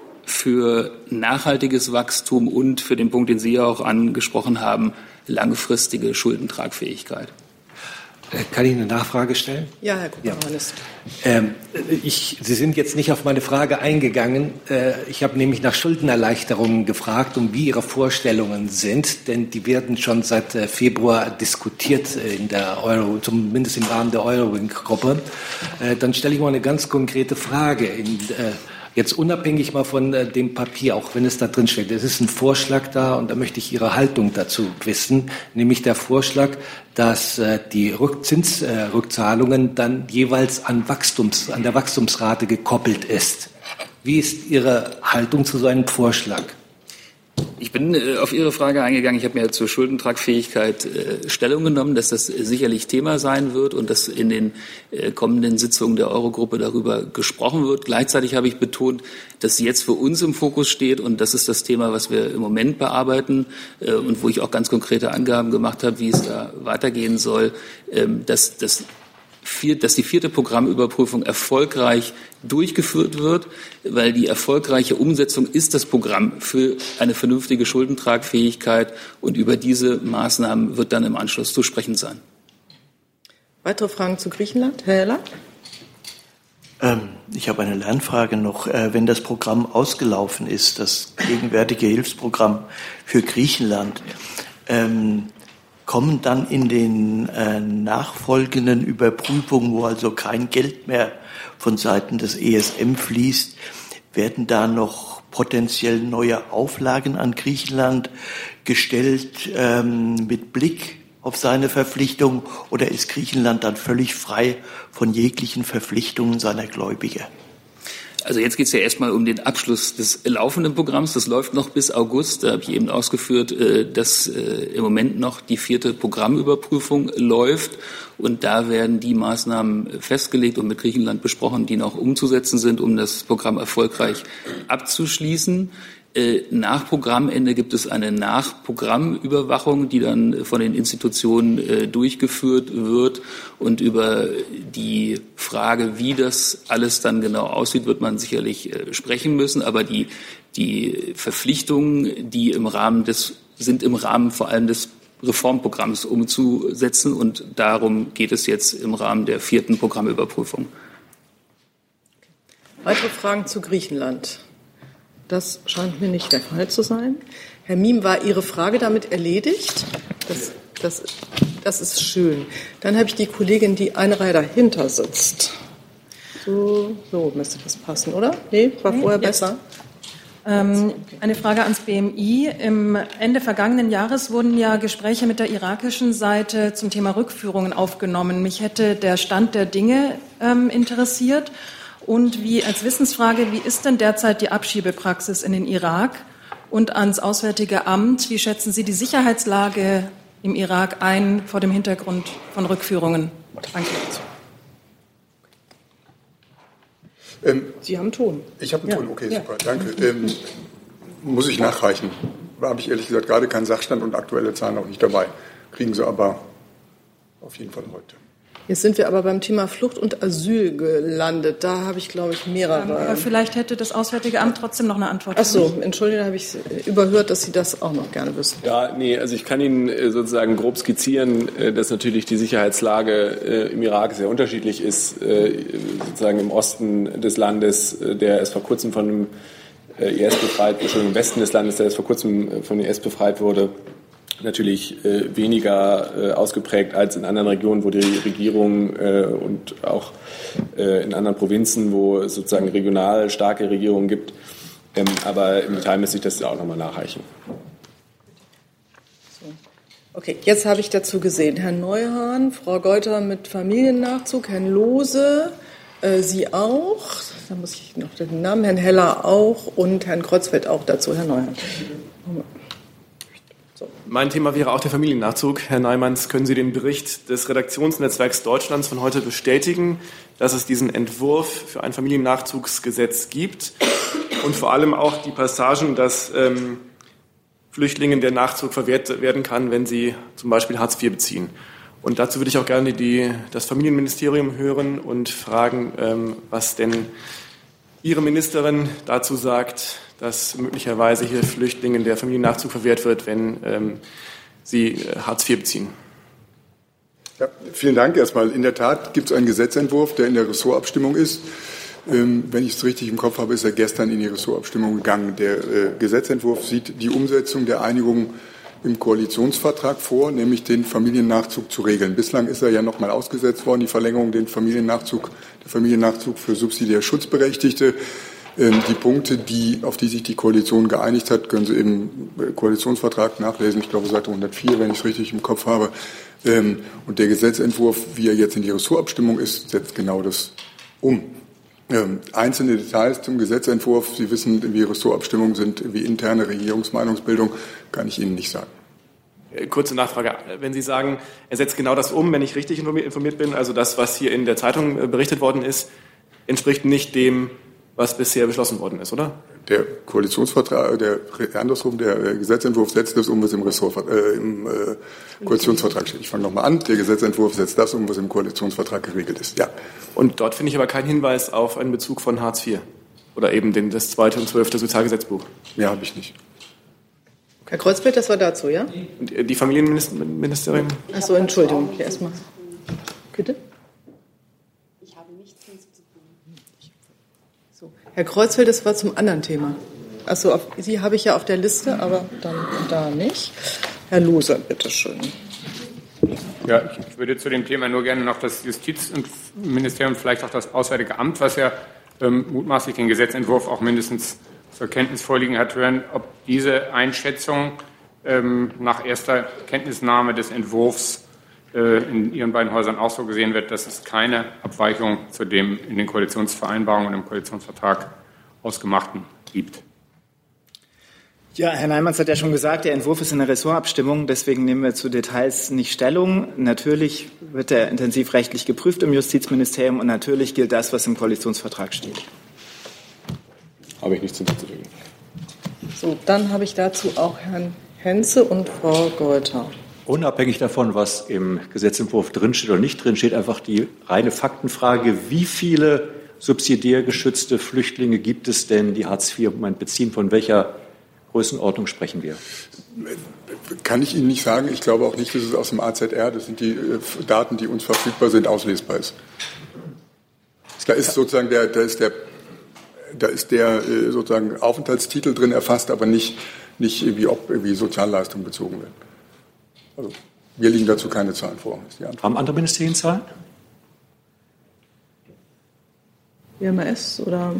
für nachhaltiges Wachstum und für den Punkt, den Sie ja auch angesprochen haben, langfristige Schuldentragfähigkeit. Kann ich eine Nachfrage stellen? Ja, Herr Kupermanist. Ja. Ähm, ich, Sie sind jetzt nicht auf meine Frage eingegangen. Äh, ich habe nämlich nach Schuldenerleichterungen gefragt und wie Ihre Vorstellungen sind, denn die werden schon seit äh, Februar diskutiert in der Euro, zumindest im Rahmen der Eurowing-Gruppe. Äh, dann stelle ich mal eine ganz konkrete Frage. In, äh, Jetzt unabhängig mal von äh, dem Papier, auch wenn es da drin steht. Es ist ein Vorschlag da und da möchte ich Ihre Haltung dazu wissen, nämlich der Vorschlag, dass äh, die Rückzinsrückzahlungen äh, dann jeweils an, Wachstums, an der Wachstumsrate gekoppelt ist. Wie ist Ihre Haltung zu so einem Vorschlag? Ich bin äh, auf Ihre Frage eingegangen. Ich habe mir zur Schuldentragfähigkeit äh, Stellung genommen, dass das äh, sicherlich Thema sein wird und dass in den äh, kommenden Sitzungen der Eurogruppe darüber gesprochen wird. Gleichzeitig habe ich betont, dass jetzt für uns im Fokus steht und das ist das Thema, was wir im Moment bearbeiten äh, und wo ich auch ganz konkrete Angaben gemacht habe, wie es da weitergehen soll, äh, dass das dass die vierte Programmüberprüfung erfolgreich durchgeführt wird, weil die erfolgreiche Umsetzung ist das Programm für eine vernünftige Schuldentragfähigkeit und über diese Maßnahmen wird dann im Anschluss zu sprechen sein. Weitere Fragen zu Griechenland? Herr Heller? Ähm, ich habe eine Lernfrage noch. Äh, wenn das Programm ausgelaufen ist, das gegenwärtige Hilfsprogramm für Griechenland, ähm, kommen dann in den äh, nachfolgenden Überprüfungen, wo also kein Geld mehr von Seiten des E S M fließt, werden da noch potenziell neue Auflagen an Griechenland gestellt ähm, mit Blick auf seine Verpflichtung, oder ist Griechenland dann völlig frei von jeglichen Verpflichtungen seiner Gläubiger? Also jetzt geht es ja erstmal um den Abschluss des laufenden Programms. Das läuft noch bis August. Da habe ich eben ausgeführt, dass im Moment noch die vierte Programmüberprüfung läuft. Und da werden die Maßnahmen festgelegt und mit Griechenland besprochen, die noch umzusetzen sind, um das Programm erfolgreich abzuschließen. Nach Programmende gibt es eine Nachprogrammüberwachung, die dann von den Institutionen äh, durchgeführt wird. Und über die Frage, wie das alles dann genau aussieht, wird man sicherlich äh, sprechen müssen. Aber die, die Verpflichtungen, die im Rahmen des, sind im Rahmen vor allem des Reformprogramms umzusetzen. Und darum geht es jetzt im Rahmen der vierten Programmüberprüfung. Weitere Fragen zu Griechenland? Das scheint mir nicht der Fall zu sein. Herr Miem, war Ihre Frage damit erledigt? Das, das, das ist schön. Dann habe ich die Kollegin, die eine Reihe dahinter sitzt. So, so müsste das passen, oder? Nee, war vorher nee, besser. Ähm, eine Frage ans B M I. Im Ende vergangenen Jahres wurden ja Gespräche mit der irakischen Seite zum Thema Rückführungen aufgenommen. Mich hätte der Stand der Dinge ähm, interessiert. Und wie als Wissensfrage, wie ist denn derzeit die Abschiebepraxis in den Irak? Und ans Auswärtige Amt, wie schätzen Sie die Sicherheitslage im Irak ein vor dem Hintergrund von Rückführungen? Danke. Ähm, Sie haben Ton. Ich habe einen ja. Ton, okay, ja. super, danke. Ähm, muss ich nachreichen. Da habe ich ehrlich gesagt gerade keinen Sachstand und aktuelle Zahlen auch nicht dabei. Kriegen Sie aber auf jeden Fall heute. Jetzt sind wir aber beim Thema Flucht und Asyl gelandet. Da habe ich, glaube ich, mehrere. Aber vielleicht hätte das Auswärtige Amt trotzdem noch eine Antwort. Ach so, Entschuldigung, da habe ich überhört, dass Sie das auch noch gerne wissen. Ja, nee, also ich kann Ihnen sozusagen grob skizzieren, dass natürlich die Sicherheitslage im Irak sehr unterschiedlich ist. Sozusagen im Osten des Landes, der erst vor kurzem von dem I S befreit, Entschuldigung, im Westen des Landes, der erst vor kurzem von dem I S befreit wurde, natürlich äh, weniger äh, ausgeprägt als in anderen Regionen, wo die Regierung äh, und auch äh, in anderen Provinzen, wo es sozusagen regional starke Regierungen gibt. Ähm, aber im Detail müsste ich das auch nochmal nachreichen. Okay, jetzt habe ich dazu gesehen, Herrn Neuhan, Frau Geuter mit Familiennachzug, Herrn Lohse, äh, Sie auch, da muss ich noch den Namen, Herrn Heller auch und Herrn Kreuzfeld auch dazu, Herr Neuhan. Mein Thema wäre auch der Familiennachzug. Herr Neimanns, können Sie den Bericht des Redaktionsnetzwerks Deutschlands von heute bestätigen, dass es diesen Entwurf für ein Familiennachzugsgesetz gibt und vor allem auch die Passagen, dass ähm, Flüchtlingen der Nachzug verwehrt werden kann, wenn sie zum Beispiel Hartz vier beziehen? Und dazu würde ich auch gerne die, das Familienministerium hören und fragen, ähm, was denn Ihre Ministerin dazu sagt, dass möglicherweise hier Flüchtlingen der Familiennachzug verwehrt wird, wenn ähm, sie Hartz vier beziehen. Ja, vielen Dank. Erstmal, in der Tat gibt es einen Gesetzentwurf, der in der Ressortabstimmung ist. Ähm, wenn ich es richtig im Kopf habe, ist er gestern in die Ressortabstimmung gegangen. Der äh, Gesetzentwurf sieht die Umsetzung der Einigung im Koalitionsvertrag vor, nämlich den Familiennachzug zu regeln. Bislang ist er ja noch mal ausgesetzt worden, die Verlängerung den Familiennachzug, der Familiennachzug für subsidiär Schutzberechtigte. Die Punkte, die, auf die sich die Koalition geeinigt hat, können Sie im Koalitionsvertrag nachlesen. Ich glaube, Seite hundertvier, wenn ich es richtig im Kopf habe. Und der Gesetzentwurf, wie er jetzt in die Ressortabstimmung ist, setzt genau das um. Einzelne Details zum Gesetzentwurf, Sie wissen, wie Ressortabstimmungen sind, wie interne Regierungsmeinungsbildung, kann ich Ihnen nicht sagen. Kurze Nachfrage. Wenn Sie sagen, er setzt genau das um, wenn ich richtig informiert bin, also das, was hier in der Zeitung berichtet worden ist, entspricht nicht dem, was bisher beschlossen worden ist, oder? Der Koalitionsvertrag, der andersrum, der Gesetzentwurf setzt das um, was im, Ressort, äh, im äh, Koalitionsvertrag steht. Ich fange nochmal an. Der Gesetzentwurf setzt das um, was im Koalitionsvertrag geregelt ist. Ja. Und dort finde ich aber keinen Hinweis auf einen Bezug von Hartz vier oder eben den, das zweite und zwölfte Sozialgesetzbuch. Ja, habe ich nicht. Herr Kreuzfeld, das war dazu, ja? Und die Familienministerin? Ach so, Entschuldigung. Hier erstmal. Bitte? Ich habe nichts hinzuzufügen. So, Herr Kreuzfeld, das war zum anderen Thema. Achso, Sie habe ich ja auf der Liste, aber dann da nicht. Herr Loser, bitteschön. Ja, ich würde zu dem Thema nur gerne noch das Justizministerium, vielleicht auch das Auswärtige Amt, was ja ähm, mutmaßlich den Gesetzentwurf auch mindestens zur Kenntnis vorliegen hat, hören, ob diese Einschätzung ähm, nach erster Kenntnisnahme des Entwurfs äh, in Ihren beiden Häusern auch so gesehen wird, dass es keine Abweichung zu dem in den Koalitionsvereinbarungen und im Koalitionsvertrag ausgemachten gibt. Ja, Herr Neimanns hat ja schon gesagt, der Entwurf ist in der Ressortabstimmung, deswegen nehmen wir zu Details nicht Stellung. Natürlich wird er intensiv rechtlich geprüft im Justizministerium und natürlich gilt das, was im Koalitionsvertrag steht. Habe ich nichts hinzuzufügen. So, dann habe ich dazu auch Herrn Henze und Frau Geuter. Unabhängig davon, was im Gesetzentwurf drinsteht oder nicht drinsteht, einfach die reine Faktenfrage, wie viele subsidiär geschützte Flüchtlinge gibt es denn, die Hartz vier beziehen, von welcher Größenordnung sprechen wir? Kann ich Ihnen nicht sagen. Ich glaube auch nicht, dass es aus dem A Z R, das sind die äh, Daten, die uns verfügbar sind, auslesbar ist. Da ist sozusagen der, da ist der, da ist der äh, sozusagen Aufenthaltstitel drin erfasst, aber nicht, nicht wie ob irgendwie Sozialleistungen bezogen werden. Also, mir liegen dazu keine Zahlen vor. Ist die Antwort. Haben andere Ministerien Zahlen? B M S oder?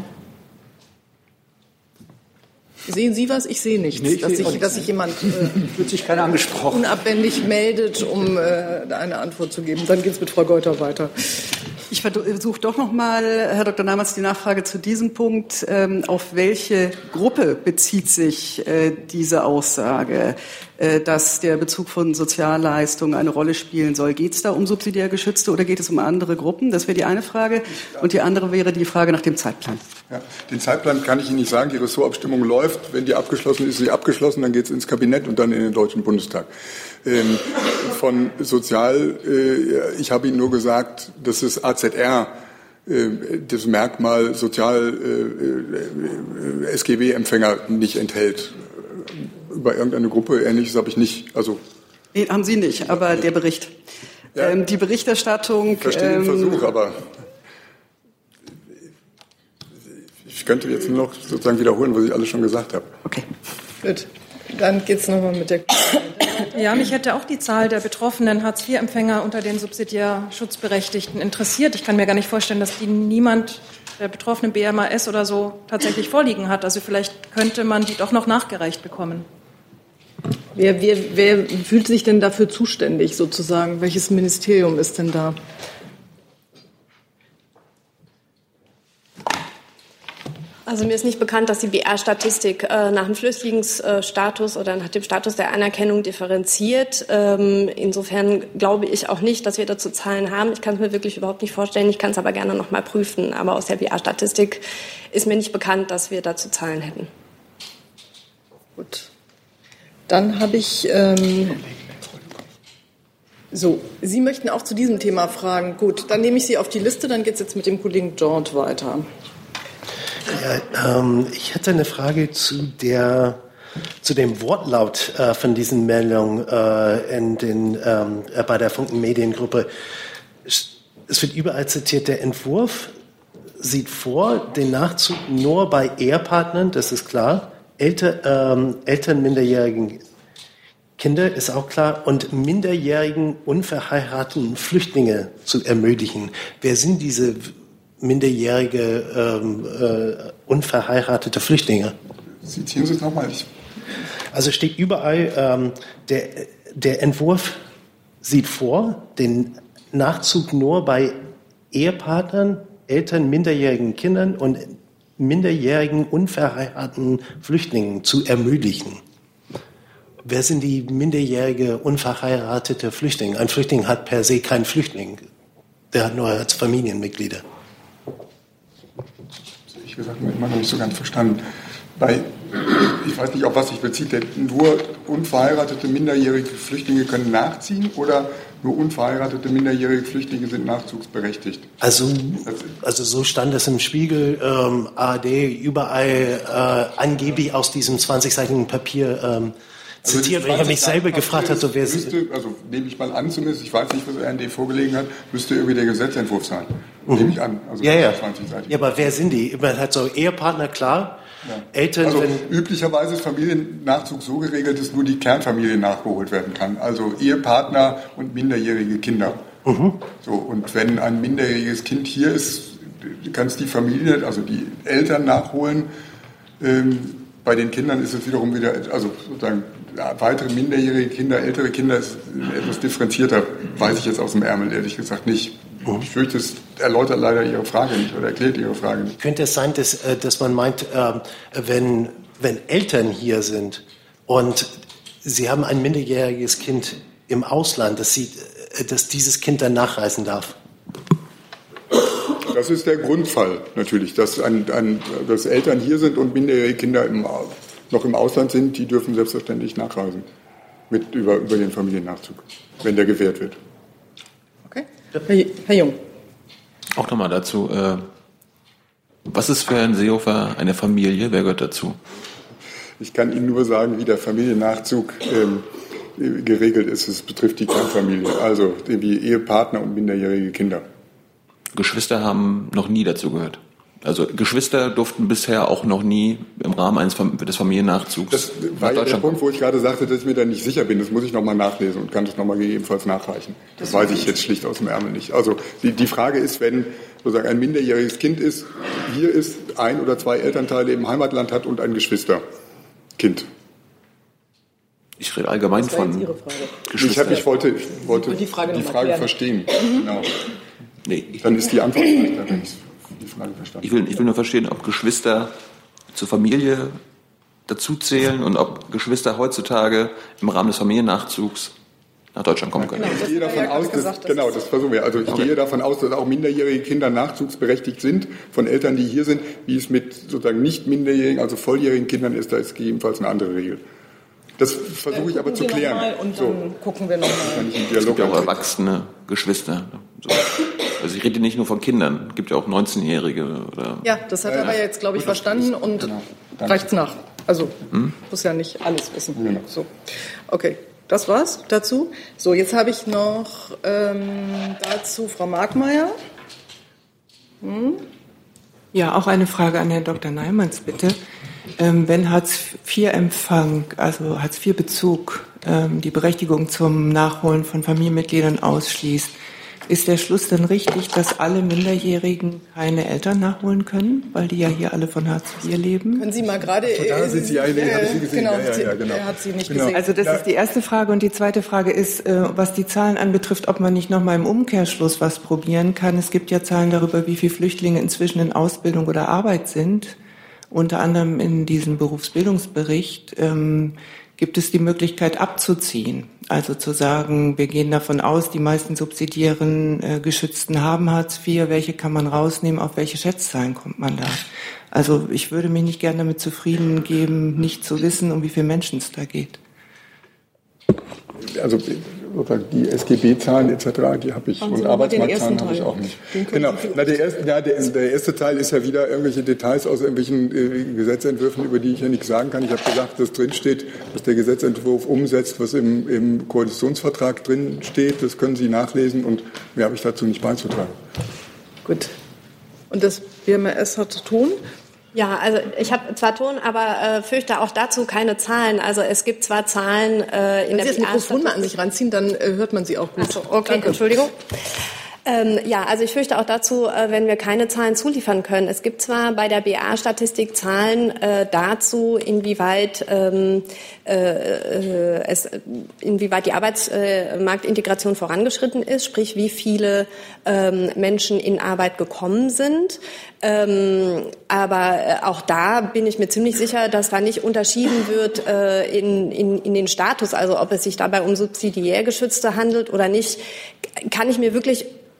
Sehen Sie was? Ich sehe nichts. Nee, ich dass, sich, dass sich jemand äh, wird sich keiner angesprochen. unabwendig meldet, um äh, eine Antwort zu geben. Dann geht es mit Frau Geuter weiter. Ich versuche doch noch mal, Herr Doktor Neimanns, die Nachfrage zu diesem Punkt. Ähm, auf welche Gruppe bezieht sich äh, diese Aussage, äh, dass der Bezug von Sozialleistungen eine Rolle spielen soll? Geht es da um subsidiär Geschützte oder geht es um andere Gruppen? Das wäre die eine Frage. Und die andere wäre die Frage nach dem Zeitplan. Ja, den Zeitplan kann ich Ihnen nicht sagen. Die Ressortabstimmung läuft. Wenn die abgeschlossen ist, ist sie abgeschlossen. Dann geht es ins Kabinett und dann in den Deutschen Bundestag. Ähm, von Sozial, äh, ich habe Ihnen nur gesagt, dass das A Z R äh, das Merkmal Sozial äh, äh, S G B-Empfänger nicht enthält. Über irgendeine Gruppe Ähnliches habe ich nicht. Also nee, haben Sie nicht, aber der Bericht. Ja, ähm, die Berichterstattung. Ich verstehe den ähm, Versuch, aber ich könnte jetzt nur noch sozusagen wiederholen, was ich alles schon gesagt habe. Okay, gut. Dann geht's nochmal mit der. Ja, mich hätte auch die Zahl der betroffenen Hartz vier Empfänger unter den subsidiär Schutzberechtigten interessiert. Ich kann mir gar nicht vorstellen, dass die niemand der betroffenen B M A S oder so tatsächlich vorliegen hat. Also vielleicht könnte man die doch noch nachgereicht bekommen. Wer, wer, wer fühlt sich denn dafür zuständig sozusagen? Welches Ministerium ist denn da? Also mir ist nicht bekannt, dass die B R-Statistik äh, nach dem Flüchtlingsstatus oder nach dem Status der Anerkennung differenziert. Ähm, insofern glaube ich auch nicht, dass wir dazu Zahlen haben. Ich kann es mir wirklich überhaupt nicht vorstellen. Ich kann es aber gerne noch mal prüfen. Aber aus der B R-Statistik ist mir nicht bekannt, dass wir dazu Zahlen hätten. Gut. Dann habe ich... Ähm so, Sie möchten auch zu diesem Thema fragen. Gut, dann nehme ich Sie auf die Liste. Dann geht es jetzt mit dem Kollegen Jort weiter. Ja, ähm, ich hätte eine Frage zu der zu dem Wortlaut äh, von diesen Meldungen äh, in den ähm, äh, bei der Funken Mediengruppe. Es wird überall zitiert, der Entwurf sieht vor, den Nachzug nur bei Ehepartnern, das ist klar, Elter, ähm, Eltern minderjährigen Kinder ist auch klar, und minderjährigen unverheirateten Flüchtlinge zu ermöglichen. Wer sind diese minderjährige, ähm, äh, unverheiratete Flüchtlinge? Zitieren Sie es nochmal. Also steht überall, ähm, der, der Entwurf sieht vor, den Nachzug nur bei Ehepartnern, Eltern, minderjährigen Kindern und minderjährigen, unverheirateten Flüchtlingen zu ermöglichen. Wer sind die minderjährige, unverheiratete Flüchtlinge? Ein Flüchtling hat per se keinen Flüchtling. Der hat nur als Familienmitglieder. Ich gesagt, immer noch nicht so ganz verstanden. Bei, ich weiß nicht, auf was sich bezieht, denn nur unverheiratete minderjährige Flüchtlinge können nachziehen oder nur unverheiratete minderjährige Flüchtlinge sind nachzugsberechtigt? Also, also so stand es im Spiegel, ähm, A R D, überall äh, angeblich aus diesem zwanzigseitigen Papier ähm, zitiert. Also ich habe mich selber gefragt, also wer müsste, also nehme ich mal an zumindest, ich weiß nicht, was R N D vorgelegen hat, müsste irgendwie der Gesetzentwurf sein. Mhm. Nehme ich an. Also ja, ja. zwanzig Seiten. Ja, aber wer sind die? Man hat so Ehepartner, klar. Ja. Eltern, also wenn üblicherweise ist Familiennachzug so geregelt, dass nur die Kernfamilie nachgeholt werden kann. Also Ehepartner und minderjährige Kinder. Mhm. So, und wenn ein minderjähriges Kind hier ist, kann es die Familie, also die Eltern nachholen. Ähm, bei den Kindern ist es wiederum wieder, also sozusagen weitere minderjährige Kinder, ältere Kinder ist etwas differenzierter, weiß ich jetzt aus dem Ärmel ehrlich gesagt nicht. Ich fürchte, es erläutert leider Ihre Frage nicht oder erklärt Ihre Frage nicht. Könnte es sein, dass, dass man meint, wenn, wenn Eltern hier sind und sie haben ein minderjähriges Kind im Ausland, dass, sie, dass dieses Kind dann nachreisen darf? Das ist der Grundfall natürlich, dass, ein, ein, dass Eltern hier sind und minderjährige Kinder im, noch im Ausland sind, die dürfen selbstverständlich nachreisen mit, über, über den Familiennachzug, wenn der gewährt wird. Herr, Herr Jung. Auch nochmal dazu. Äh, was ist für Herrn Seehofer eine Familie? Wer gehört dazu? Ich kann Ihnen nur sagen, wie der Familiennachzug ähm, geregelt ist. Es betrifft die Kernfamilie, also wie Ehepartner und minderjährige Kinder. Geschwister haben noch nie dazu gehört. Also Geschwister durften bisher auch noch nie im Rahmen eines des Familiennachzugs. Das war ja der Punkt, wo ich gerade sagte, dass ich mir da nicht sicher bin. Das muss ich nochmal nachlesen und kann das nochmal gegebenenfalls nachreichen. Das, das weiß ich jetzt schlicht aus dem Ärmel nicht. Also die, die Frage ist, wenn sozusagen ein minderjähriges Kind ist, hier ist, ein oder zwei Elternteile im Heimatland hat und ein Geschwisterkind. Ich rede allgemein von Ihre Frage. Ich, hab, ich wollte, ich wollte die Frage, die Frage verstehen. Mhm. Genau. Nee, Dann ist die Antwort leichter, wenn ich die Frage verstanden. Ich will, ich will nur verstehen, ob Geschwister zur Familie dazu zählen und ob Geschwister heutzutage im Rahmen des Familiennachzugs nach Deutschland kommen können. Genau, ich gehe davon aus, dass, genau, das versuchen wir. Also ich okay. gehe davon aus, dass auch minderjährige Kinder nachzugsberechtigt sind von Eltern, die hier sind, wie es mit sozusagen nicht minderjährigen, also volljährigen Kindern ist. Da ist gegebenenfalls eine andere Regel. Das versuche ich aber zu klären. Und so. dann gucken wir nochmal. Es gibt ja auch erwachsene Geschwister. So. Also ich rede nicht nur von Kindern, es gibt ja auch neunzehnjährige. Oder ja, das hat er aber jetzt, glaube ich, verstanden und genau. reicht's nach. Also hm? muss ja nicht alles wissen. Genau. So. Okay, das war's dazu. So, jetzt habe ich noch ähm, dazu Frau Markmeier. Hm? Ja, auch eine Frage an Herrn Doktor Neimanns, bitte. Ähm, wenn Hartz vier Empfang, also Hartz vier Bezug, ähm, die Berechtigung zum Nachholen von Familienmitgliedern ausschließt, ist der Schluss dann richtig, dass alle Minderjährigen keine Eltern nachholen können, weil die ja hier alle von Hartz vier leben? Können Sie mal gerade... Ach, da sind Sie, ja, nee, äh, habe ich Sie gesehen. Genau, ja, ja, ja, genau. Er hat Sie nicht genau. gesehen. Also das ja. ist die erste Frage. Und die zweite Frage ist, äh, was die Zahlen anbetrifft, ob man nicht noch mal im Umkehrschluss was probieren kann. Es gibt ja Zahlen darüber, wie viele Flüchtlinge inzwischen in Ausbildung oder Arbeit sind. Unter anderem in diesem Berufsbildungsbericht ähm, gibt es die Möglichkeit abzuziehen. Also zu sagen, wir gehen davon aus, die meisten subsidiären äh, Geschützten haben Hartz vier. Welche kann man rausnehmen? Auf welche Schätzzahlen kommt man da? Also ich würde mich nicht gerne damit zufrieden geben, nicht zu wissen, um wie viele Menschen es da geht. Also die S G B-Zahlen et cetera, die habe ich Haben und Arbeitsmarktzahlen habe ich auch nicht. Genau. Na, der, erste, ja, der, der erste Teil ist ja wieder irgendwelche Details aus irgendwelchen äh, Gesetzentwürfen, über die ich ja nichts sagen kann. Ich habe gesagt, dass drinsteht, dass der Gesetzentwurf umsetzt, was im, im Koalitionsvertrag drinsteht. Das können Sie nachlesen und mehr habe ich dazu nicht beizutragen. Gut. Und das B M S hat zu tun? Ja, also ich habe zwar Ton, aber äh, fürchte auch dazu keine Zahlen. Also es gibt zwar Zahlen äh, in Wenn der Sie das Mikrofon mal an sich ranziehen, dann äh, hört man Sie auch gut. Ach so, okay, Danke. Entschuldigung. Ähm, ja, also ich fürchte auch dazu, äh, wenn wir keine Zahlen zuliefern können. Es gibt zwar bei der B A-Statistik Zahlen äh, dazu, inwieweit ähm, äh, es, inwieweit die Arbeitsmarktintegration vorangeschritten ist, sprich wie viele ähm, Menschen in Arbeit gekommen sind. Ähm, aber auch da bin ich mir ziemlich sicher, dass da nicht unterschieden wird äh, in, in, in den Status, also ob es sich dabei um subsidiär Geschützte handelt oder nicht, kann ich mir wirklich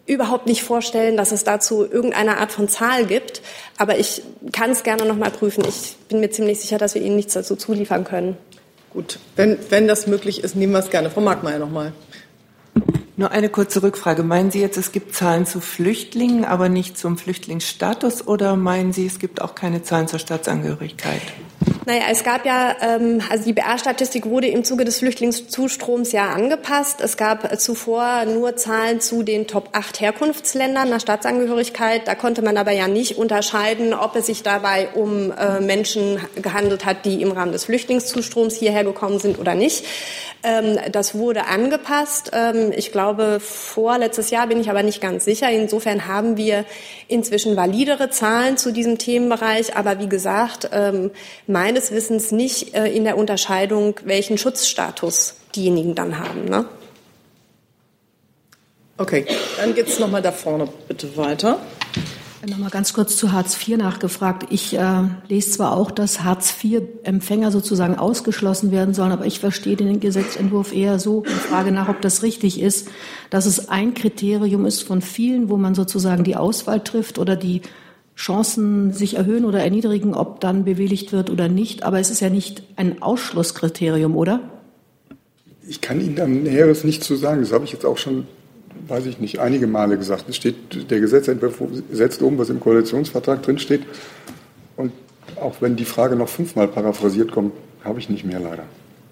überhaupt nicht vorstellen, dass es dazu irgendeine Art von Zahl gibt. Aber ich kann es gerne noch mal prüfen. Ich bin mir ziemlich sicher, dass wir Ihnen nichts dazu zuliefern können. Gut, wenn, wenn das möglich ist, nehmen wir es gerne. Frau Markmeier noch mal. Nur eine kurze Rückfrage. Meinen Sie jetzt, es gibt Zahlen zu Flüchtlingen, aber nicht zum Flüchtlingsstatus? Oder meinen Sie, es gibt auch keine Zahlen zur Staatsangehörigkeit? Naja, es gab ja, ähm, also die B R-Statistik wurde im Zuge des Flüchtlingszustroms ja angepasst. Es gab zuvor nur Zahlen zu den Top acht Herkunftsländern nach Staatsangehörigkeit. Da konnte man aber ja nicht unterscheiden, ob es sich dabei um äh, Menschen gehandelt hat, die im Rahmen des Flüchtlingszustroms hierher gekommen sind oder nicht. Ähm, das wurde angepasst. Ähm, ich glaube, vorletztes Jahr bin ich aber nicht ganz sicher. Insofern haben wir inzwischen validere Zahlen zu diesem Themenbereich. Aber wie gesagt, ähm, meines Wissens nicht äh, in der Unterscheidung, welchen Schutzstatus diejenigen dann haben. Ne? Okay, dann geht's noch mal da vorne bitte weiter. Noch mal ganz kurz zu Hartz vier nachgefragt. Ich äh, lese zwar auch, dass Hartz vier Empfänger sozusagen ausgeschlossen werden sollen, aber ich verstehe den Gesetzentwurf eher so und frage nach, ob das richtig ist, dass es ein Kriterium ist von vielen, wo man sozusagen die Auswahl trifft oder die Chancen sich erhöhen oder erniedrigen, ob dann bewilligt wird oder nicht. Aber es ist ja nicht ein Ausschlusskriterium, oder? Ich kann Ihnen da Näheres nicht zu sagen. Das habe ich jetzt auch schon, weiß ich nicht, einige Male gesagt. Es steht, der Gesetzentwurf setzt um, was im Koalitionsvertrag drinsteht. Und auch wenn die Frage noch fünfmal paraphrasiert kommt, habe ich nicht mehr leider.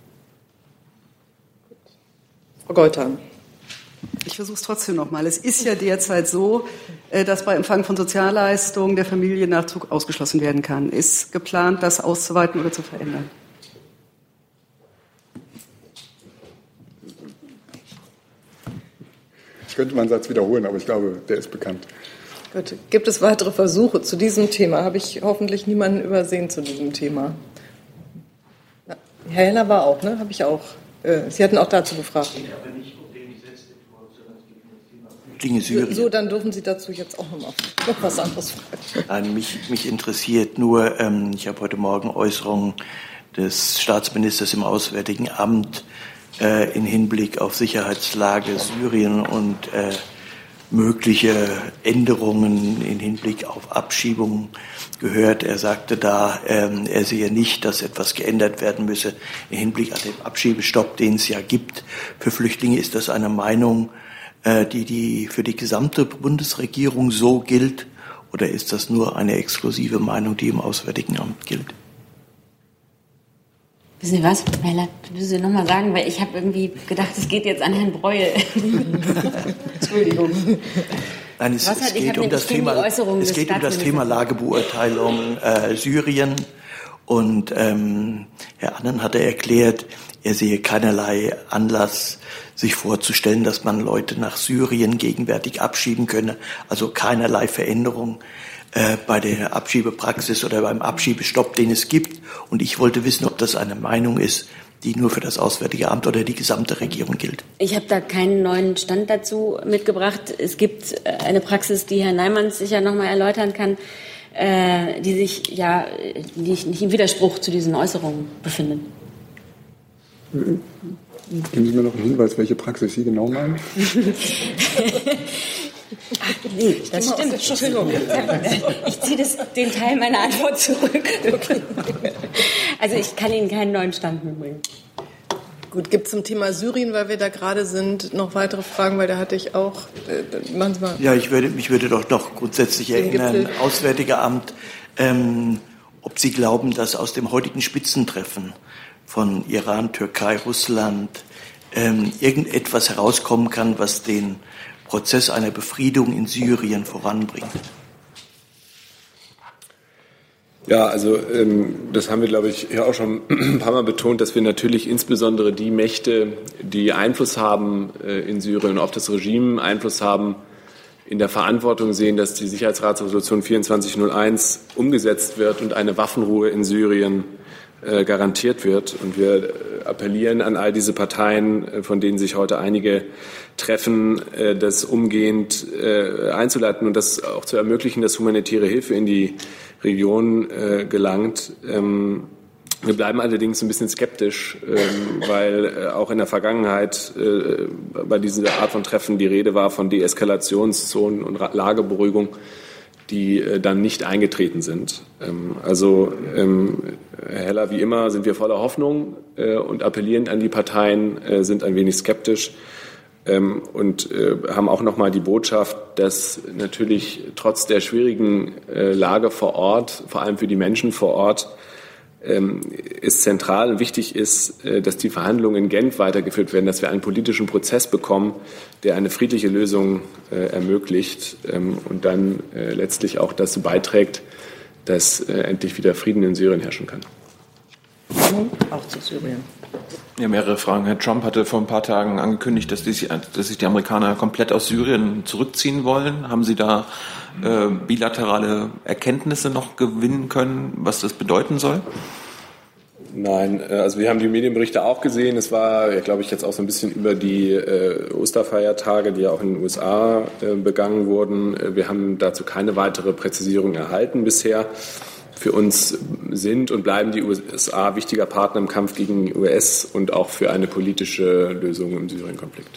Frau Geutan. Ich versuche es trotzdem noch mal. Es ist ja derzeit so, dass bei Empfang von Sozialleistungen der Familiennachzug ausgeschlossen werden kann. Ist geplant, das auszuweiten oder zu verändern? Ich könnte meinen Satz wiederholen, aber ich glaube, der ist bekannt. Gut. Gibt es weitere Versuche zu diesem Thema? Habe ich hoffentlich niemanden übersehen zu diesem Thema? Ja, Herr Heller war auch, ne? Habe ich auch. Sie hatten auch dazu gefragt. Syrien. So, dann dürfen Sie dazu jetzt auch noch, mal, noch was anderes fragen. Nein, mich, mich interessiert nur, ähm, ich habe heute Morgen Äußerungen des Staatsministers im Auswärtigen Amt äh, in Hinblick auf Sicherheitslage Syrien und äh, mögliche Änderungen in Hinblick auf Abschiebungen gehört. Er sagte da, ähm, er sehe nicht, dass etwas geändert werden müsse im Hinblick auf den Abschiebestopp, den es ja gibt. Für Flüchtlinge ist das eine Meinung, die, die für die gesamte Bundesregierung so gilt, oder ist das nur eine exklusive Meinung, die im Auswärtigen Amt gilt? Wissen Sie was, Herr Heller, müssen Sie noch mal sagen, weil ich habe irgendwie gedacht, es geht jetzt an Herrn Breuel. Entschuldigung. Nein, es, es geht, um das, Thema, es geht um das Thema Lagebeurteilung äh, Syrien. Und ähm, Herr Annen hatte erklärt, er sehe keinerlei Anlass, sich vorzustellen, dass man Leute nach Syrien gegenwärtig abschieben könne. Also keinerlei Veränderung äh, bei der Abschiebepraxis oder beim Abschiebestopp, den es gibt. Und ich wollte wissen, ob das eine Meinung ist, die nur für das Auswärtige Amt oder die gesamte Regierung gilt. Ich habe da keinen neuen Stand dazu mitgebracht. Es gibt eine Praxis, die Herr Neimann sicher noch mal erläutern kann, äh, die sich ja nicht, nicht im Widerspruch zu diesen Äußerungen befindet. Geben Sie mir noch einen Hinweis, welche Praxis Sie genau meinen? Ach, nee, das stimmt. Entschuldigung. Ich ziehe das, den Teil meiner Antwort zurück. Okay. Also ich kann Ihnen keinen neuen Stand mitbringen. Gut, gibt es zum Thema Syrien, weil wir da gerade sind, noch weitere Fragen? Weil da hatte ich auch, äh, machen Sie mal. Ja, ich würde, mich würde doch noch grundsätzlich erinnern, Auswärtige Amt, ähm, ob Sie glauben, dass aus dem heutigen Spitzentreffen von Iran, Türkei, Russland ähm, irgendetwas herauskommen kann, was den Prozess einer Befriedung in Syrien voranbringt. Ja, also ähm, das haben wir, glaube ich, ja auch schon ein paar Mal betont, dass wir natürlich insbesondere die Mächte, die Einfluss haben äh, in Syrien, auf das Regime Einfluss haben, in der Verantwortung sehen, dass die Sicherheitsratsresolution vierundzwanzig null eins umgesetzt wird und eine Waffenruhe in Syrien äh, garantiert wird. Und wir äh, appellieren an all diese Parteien, äh, von denen sich heute einige treffen, äh, das umgehend äh, einzuleiten und das auch zu ermöglichen, dass humanitäre Hilfe in die Region äh, gelangt. Ähm, Wir bleiben allerdings ein bisschen skeptisch, ähm, weil äh, auch in der Vergangenheit äh, bei dieser Art von Treffen die Rede war von Deeskalationszonen und Lageberuhigung, die äh, dann nicht eingetreten sind. Ähm, also, ähm, Herr Heller, wie immer sind wir voller Hoffnung äh, und appellieren an die Parteien, äh, sind ein wenig skeptisch. Ähm, und äh, haben auch noch mal die Botschaft, dass natürlich trotz der schwierigen äh, Lage vor Ort, vor allem für die Menschen vor Ort, ähm, es zentral und wichtig ist, äh, dass die Verhandlungen in Genf weitergeführt werden, dass wir einen politischen Prozess bekommen, der eine friedliche Lösung äh, ermöglicht ähm, und dann äh, letztlich auch dazu beiträgt, dass äh, endlich wieder Frieden in Syrien herrschen kann. Auch zu Syrien. Ja, mehrere Fragen. Herr Trump hatte vor ein paar Tagen angekündigt, dass, die, dass sich die Amerikaner komplett aus Syrien zurückziehen wollen. Haben Sie da äh, bilaterale Erkenntnisse noch gewinnen können, was das bedeuten soll? Nein, also wir haben die Medienberichte auch gesehen. Es war, ja, glaube ich, jetzt auch so ein bisschen über die äh, Osterfeiertage, die ja auch in den U S A äh, begangen wurden. Wir haben dazu keine weitere Präzisierung erhalten bisher. Für uns sind und bleiben die U S A wichtiger Partner im Kampf gegen die U S und auch für eine politische Lösung im Syrien-Konflikt.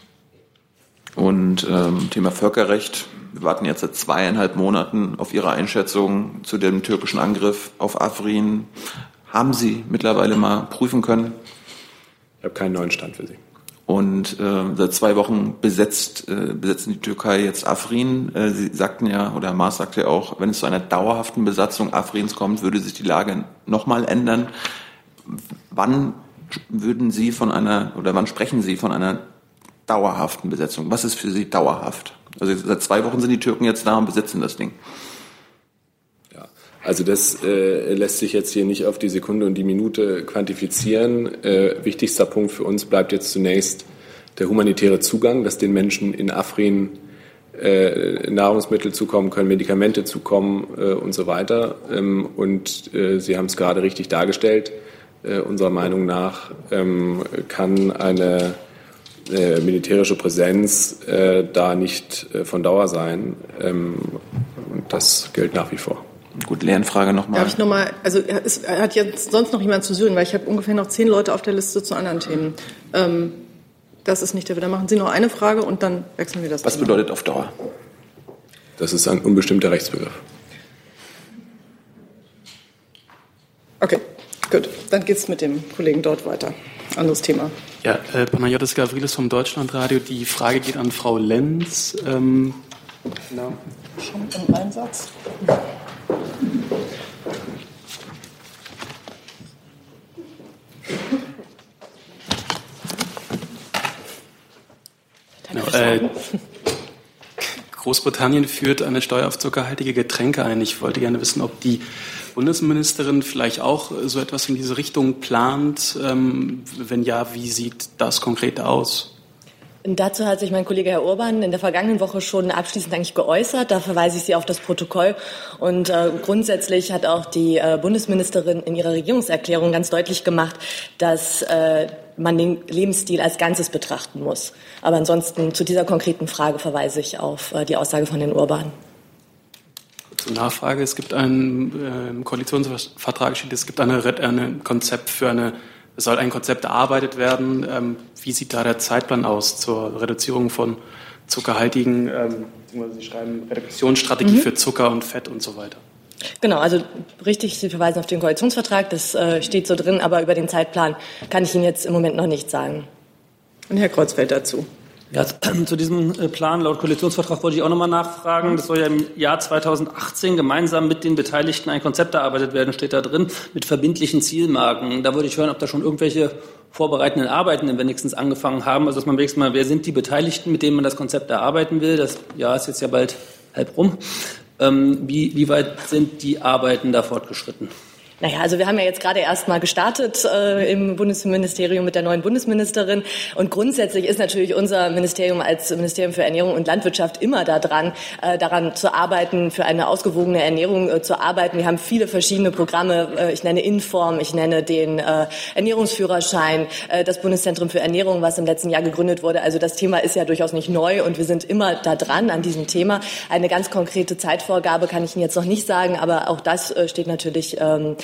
Und ähm, Thema Völkerrecht. Wir warten jetzt seit zweieinhalb Monaten auf Ihre Einschätzung zu dem türkischen Angriff auf Afrin. Haben Sie mittlerweile mal prüfen können? Ich habe keinen neuen Stand für Sie. Und äh, seit zwei Wochen besetzt, äh, besetzen die Türkei jetzt Afrin. Äh, Sie sagten ja, oder Maas sagte ja auch, wenn es zu einer dauerhaften Besatzung Afrins kommt, würde sich die Lage nochmal ändern. Wann würden Sie von einer, oder wann sprechen Sie von einer dauerhaften Besetzung? Was ist für Sie dauerhaft? Also seit zwei Wochen sind die Türken jetzt da und besetzen das Ding. Also das äh, lässt sich jetzt hier nicht auf die Sekunde und die Minute quantifizieren. Äh, wichtigster Punkt für uns bleibt jetzt zunächst der humanitäre Zugang, dass den Menschen in Afrin äh, Nahrungsmittel zukommen können, Medikamente zukommen äh, und so weiter. Ähm, und äh, Sie haben es gerade richtig dargestellt. Äh, unserer Meinung nach ähm, kann eine äh, militärische Präsenz äh, da nicht äh, von Dauer sein. Ähm, und das gilt nach wie vor. Gut, Lernfrage nochmal. Darf ich nochmal, also es hat jetzt sonst noch jemand zu Syrien, weil ich habe ungefähr noch zehn Leute auf der Liste zu anderen Themen. Ähm, das ist nicht der Wieder. Machen Sie noch eine Frage und dann wechseln wir das. Was bedeutet auf Dauer? Das ist ein unbestimmter Rechtsbegriff. Okay, gut. Dann geht es mit dem Kollegen dort weiter. Anderes Thema. Ja, äh, Panayotis Gavrilis vom Deutschlandradio. Die Frage geht an Frau Lenz. Ähm, genau. Schon im Einsatz. Genau, äh, Großbritannien führt eine Steuer auf zuckerhaltige Getränke ein. Ich wollte gerne wissen, ob die Bundesministerin vielleicht auch so etwas in diese Richtung plant. Ähm, wenn ja, wie sieht das konkret aus? Dazu hat sich mein Kollege Herr Urban in der vergangenen Woche schon abschließend eigentlich geäußert. Da verweise ich Sie auf das Protokoll. Und äh, grundsätzlich hat auch die äh, Bundesministerin in ihrer Regierungserklärung ganz deutlich gemacht, dass äh, man den Lebensstil als Ganzes betrachten muss. Aber ansonsten zu dieser konkreten Frage verweise ich auf äh, die Aussage von Herrn Urban. Zur Nachfrage. Es gibt einen äh, im Koalitionsvertrag steht, es gibt eine, ein Konzept für eine Es soll ein Konzept erarbeitet werden. Ähm, wie sieht da der Zeitplan aus zur Reduzierung von zuckerhaltigen, ähm, Sie schreiben Reduktionsstrategie mhm. für Zucker und Fett und so weiter? Genau, also richtig, Sie verweisen auf den Koalitionsvertrag, das äh, steht so drin, aber über den Zeitplan kann ich Ihnen jetzt im Moment noch nichts sagen. Und Herr Kreuzfeld dazu. Ja, zu diesem Plan laut Koalitionsvertrag wollte ich auch nochmal nachfragen. Das soll ja im Jahr zweitausendachtzehn gemeinsam mit den Beteiligten ein Konzept erarbeitet werden, steht da drin, mit verbindlichen Zielmarken. Da würde ich hören, ob da schon irgendwelche vorbereitenden Arbeiten denn wenigstens angefangen haben. Also dass man wenigstens mal, wer sind die Beteiligten, mit denen man das Konzept erarbeiten will? Das Jahr ist jetzt ja bald halb rum. Ähm, wie, wie weit sind die Arbeiten da fortgeschritten? Naja, also wir haben ja jetzt gerade erst mal gestartet äh, im Bundesministerium mit der neuen Bundesministerin. Und grundsätzlich ist natürlich unser Ministerium als Ministerium für Ernährung und Landwirtschaft immer da dran, äh, daran zu arbeiten, für eine ausgewogene Ernährung äh, zu arbeiten. Wir haben viele verschiedene Programme. Äh, ich nenne Inform, ich nenne den äh, Ernährungsführerschein, äh, das Bundeszentrum für Ernährung, was im letzten Jahr gegründet wurde. Also das Thema ist ja durchaus nicht neu und wir sind immer da dran an diesem Thema. Eine ganz konkrete Zeitvorgabe kann ich Ihnen jetzt noch nicht sagen, aber auch das äh, steht natürlich ähm,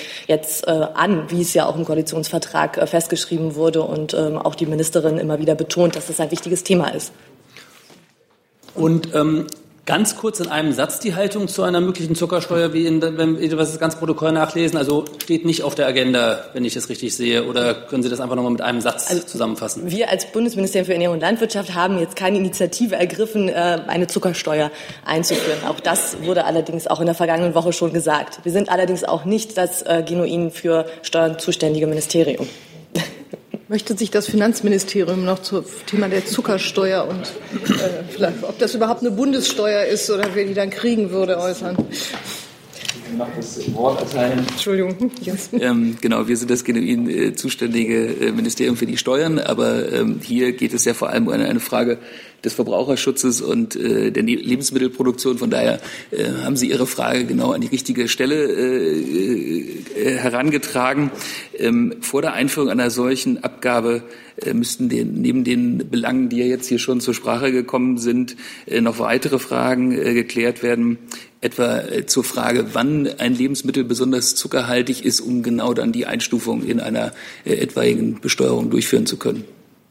jetzt äh, an, wie es ja auch im Koalitionsvertrag äh, festgeschrieben wurde und ähm, auch die Ministerin immer wieder betont, dass das ein wichtiges Thema ist. Und ähm, ganz kurz in einem Satz die Haltung zu einer möglichen Zuckersteuer, wie in, wenn wir das ganze Protokoll nachlesen, also steht nicht auf der Agenda, wenn ich es richtig sehe, oder können Sie das einfach nochmal mit einem Satz also, zusammenfassen? Wir als Bundesministerium für Ernährung und Landwirtschaft haben jetzt keine Initiative ergriffen, eine Zuckersteuer einzuführen. Auch das wurde allerdings auch in der vergangenen Woche schon gesagt. Wir sind allerdings auch nicht das genuin für Steuern zuständige Ministerium. Möchte sich das Finanzministerium noch zum Thema der Zuckersteuer und äh, vielleicht, ob das überhaupt eine Bundessteuer ist oder wer die dann kriegen würde, äußern? Ich mache das Wort erteilen. Entschuldigung. Yes. Ähm, genau, wir sind das genuin äh, zuständige äh, Ministerium für die Steuern, aber ähm, hier geht es ja vor allem um eine, eine Frage des Verbraucherschutzes und äh, der Lebensmittelproduktion. Von daher äh, haben Sie Ihre Frage genau an die richtige Stelle äh, äh, herangetragen. Ähm, vor der Einführung einer solchen Abgabe äh, müssten den, neben den Belangen, die ja jetzt hier schon zur Sprache gekommen sind, äh, noch weitere Fragen äh, geklärt werden. Etwa äh, zur Frage, wann ein Lebensmittel besonders zuckerhaltig ist, um genau dann die Einstufung in einer äh, etwaigen Besteuerung durchführen zu können.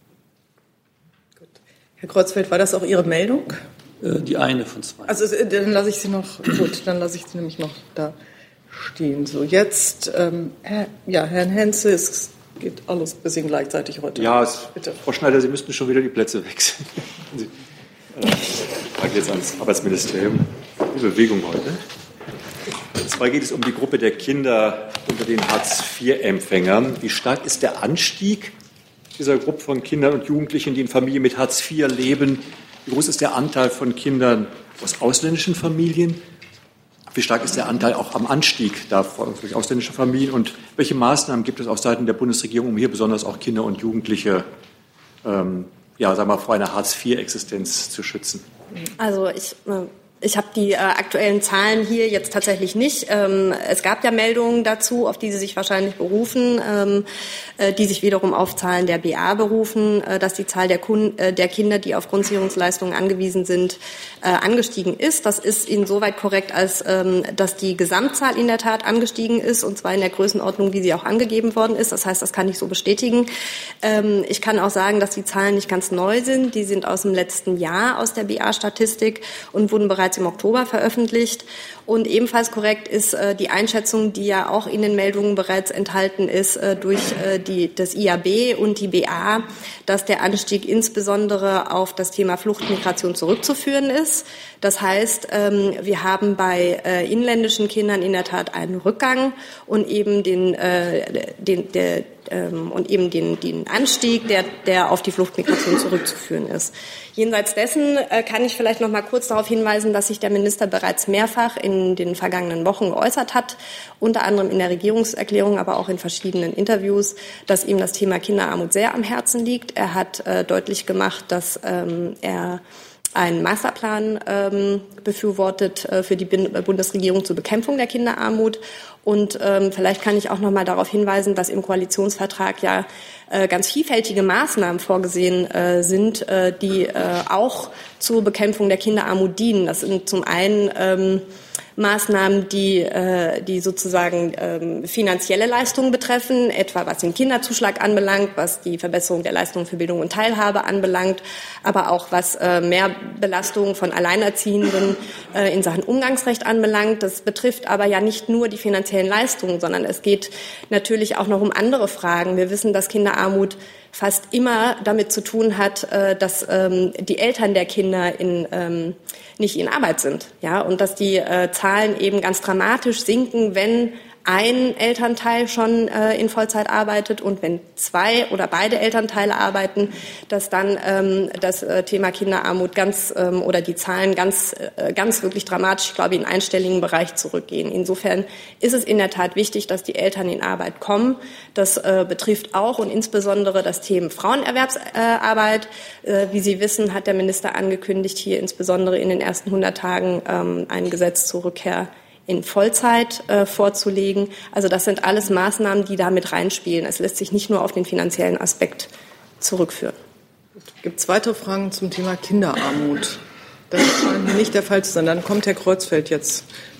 Herr Kreuzfeld, war das auch Ihre Meldung? Äh, die eine von zwei. Also dann lasse ich Sie noch, gut, dann lasse ich Sie nämlich noch da stehen. So, jetzt, ähm, Herr, ja, Herrn Henze, es geht alles ein bisschen gleichzeitig heute. Ja, es, bitte. Frau Schneider, Sie müssten schon wieder die Plätze wechseln. Sie, äh, ich frage jetzt ans Arbeitsministerium. Die Bewegung heute. Und zwar geht es um die Gruppe der Kinder unter den Hartz vier Empfängern. Wie stark ist der Anstieg dieser Gruppe von Kindern und Jugendlichen, die in Familien mit Hartz vier leben? Wie groß ist der Anteil von Kindern aus ausländischen Familien? Wie stark ist der Anteil auch am Anstieg davon durch ausländische Familien? Und welche Maßnahmen gibt es auf Seiten der Bundesregierung, um hier besonders auch Kinder und Jugendliche ähm, ja, sagen wir mal, vor einer Hartz vier Existenz zu schützen? Also ich äh Ich habe die äh, aktuellen Zahlen hier jetzt tatsächlich nicht. Ähm, es gab ja Meldungen dazu, auf die Sie sich wahrscheinlich berufen, ähm, äh, die sich wiederum auf Zahlen der B A berufen, äh, dass die Zahl der, Kun- äh, der Kinder, die auf Grundsicherungsleistungen angewiesen sind, äh, angestiegen ist. Das ist insoweit korrekt, als ähm, dass die Gesamtzahl in der Tat angestiegen ist, und zwar in der Größenordnung, wie sie auch angegeben worden ist. Das heißt, das kann ich so bestätigen. Ähm, ich kann auch sagen, dass die Zahlen nicht ganz neu sind. Die sind aus dem letzten Jahr aus der B A-Statistik und wurden bereits im Oktober veröffentlicht. Und ebenfalls korrekt ist äh, die Einschätzung, die ja auch in den Meldungen bereits enthalten ist, äh, durch äh, die, das I A B und die B A, dass der Anstieg insbesondere auf das Thema Fluchtmigration zurückzuführen ist. Das heißt, ähm, wir haben bei äh, inländischen Kindern in der Tat einen Rückgang und eben den, äh, den, der, ähm, und eben den, den Anstieg, der, der auf die Fluchtmigration zurückzuführen ist. Jenseits dessen äh, kann ich vielleicht noch mal kurz darauf hinweisen, dass sich der Minister bereits mehrfach in den vergangenen Wochen geäußert hat, unter anderem in der Regierungserklärung, aber auch in verschiedenen Interviews, dass ihm das Thema Kinderarmut sehr am Herzen liegt. Er hat äh, deutlich gemacht, dass ähm, er einen Masterplan ähm, befürwortet äh, für die Bundesregierung zur Bekämpfung der Kinderarmut. Und ähm, vielleicht kann ich auch noch mal darauf hinweisen, dass im Koalitionsvertrag ja äh, ganz vielfältige Maßnahmen vorgesehen äh, sind, äh, die äh, auch zur Bekämpfung der Kinderarmut dienen. Das sind zum einen ähm, Maßnahmen, die, äh, die sozusagen ähm, finanzielle Leistungen betreffen, etwa was den Kinderzuschlag anbelangt, was die Verbesserung der Leistungen für Bildung und Teilhabe anbelangt, aber auch was äh, mehr Belastungen von Alleinerziehenden äh, in Sachen Umgangsrecht anbelangt. Das betrifft aber ja nicht nur die finanziellen Leistungen, sondern es geht natürlich auch noch um andere Fragen. Wir wissen, dass Kinderarmut fast immer damit zu tun hat, äh, dass ähm, die Eltern der Kinder in, ähm, nicht in Arbeit sind, ja, und dass die äh, Zahlen eben ganz dramatisch sinken, wenn ein Elternteil schon äh, in Vollzeit arbeitet und wenn zwei oder beide Elternteile arbeiten, dass dann ähm, das äh, Thema Kinderarmut ganz ähm, oder die Zahlen ganz, äh, ganz wirklich dramatisch, ich glaube, in einen einstelligen Bereich zurückgehen. Insofern ist es in der Tat wichtig, dass die Eltern in Arbeit kommen. Das äh, betrifft auch und insbesondere das Thema Frauenerwerbsarbeit. Äh, wie Sie wissen, hat der Minister angekündigt, hier insbesondere in den ersten hundert Tagen ähm, ein Gesetz zur Rückkehr in Vollzeit äh, vorzulegen. Also das sind alles Maßnahmen, die da mit reinspielen. Es lässt sich nicht nur auf den finanziellen Aspekt zurückführen. Gibt es weitere Fragen zum Thema Kinderarmut? Das scheint mir nicht der Fall zu sein. Dann kommt Herr Kreuzfeld jetzt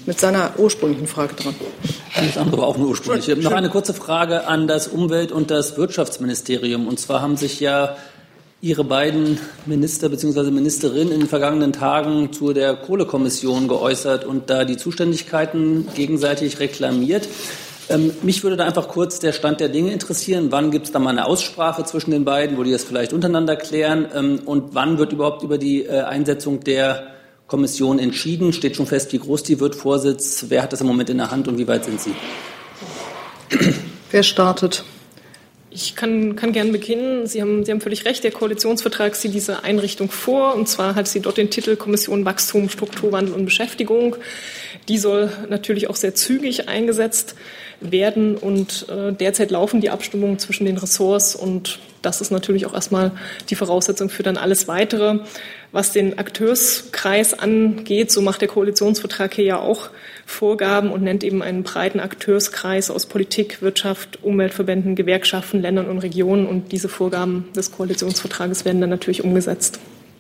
mit seiner ursprünglichen Frage dran. Das andere war auch eine ursprüngliche. Ich habe noch eine kurze Frage an das Umwelt- und das Wirtschaftsministerium. Und zwar haben sich ja Ihre beiden Minister bzw. Ministerinnen in den vergangenen Tagen zu der Kohlekommission geäußert und da die Zuständigkeiten gegenseitig reklamiert. Ähm, mich würde da einfach kurz der Stand der Dinge interessieren. Wann gibt es da mal eine Aussprache zwischen den beiden, wo die das vielleicht untereinander klären? Ähm, und wann wird überhaupt über die äh, Einsetzung der Kommission entschieden? Steht schon fest, wie groß die wird, Vorsitz? Wer hat das im Moment in der Hand und wie weit sind Sie? Wer startet? Ich kann, kann gern beginnen. Sie haben, Sie haben völlig recht. Der Koalitionsvertrag sieht diese Einrichtung vor. Und zwar hat sie dort den Titel Kommission Wachstum, Strukturwandel und Beschäftigung. Die soll natürlich auch sehr zügig eingesetzt werden. Und äh, derzeit laufen die Abstimmungen zwischen den Ressorts. Und das ist natürlich auch erstmal die Voraussetzung für dann alles Weitere. Was den Akteurskreis angeht, so macht der Koalitionsvertrag hier ja auch Vorgaben und nennt eben einen breiten Akteurskreis aus Politik, Wirtschaft, Umweltverbänden, Gewerkschaften, Ländern und Regionen. Und diese Vorgaben des Koalitionsvertrages werden dann natürlich umgesetzt.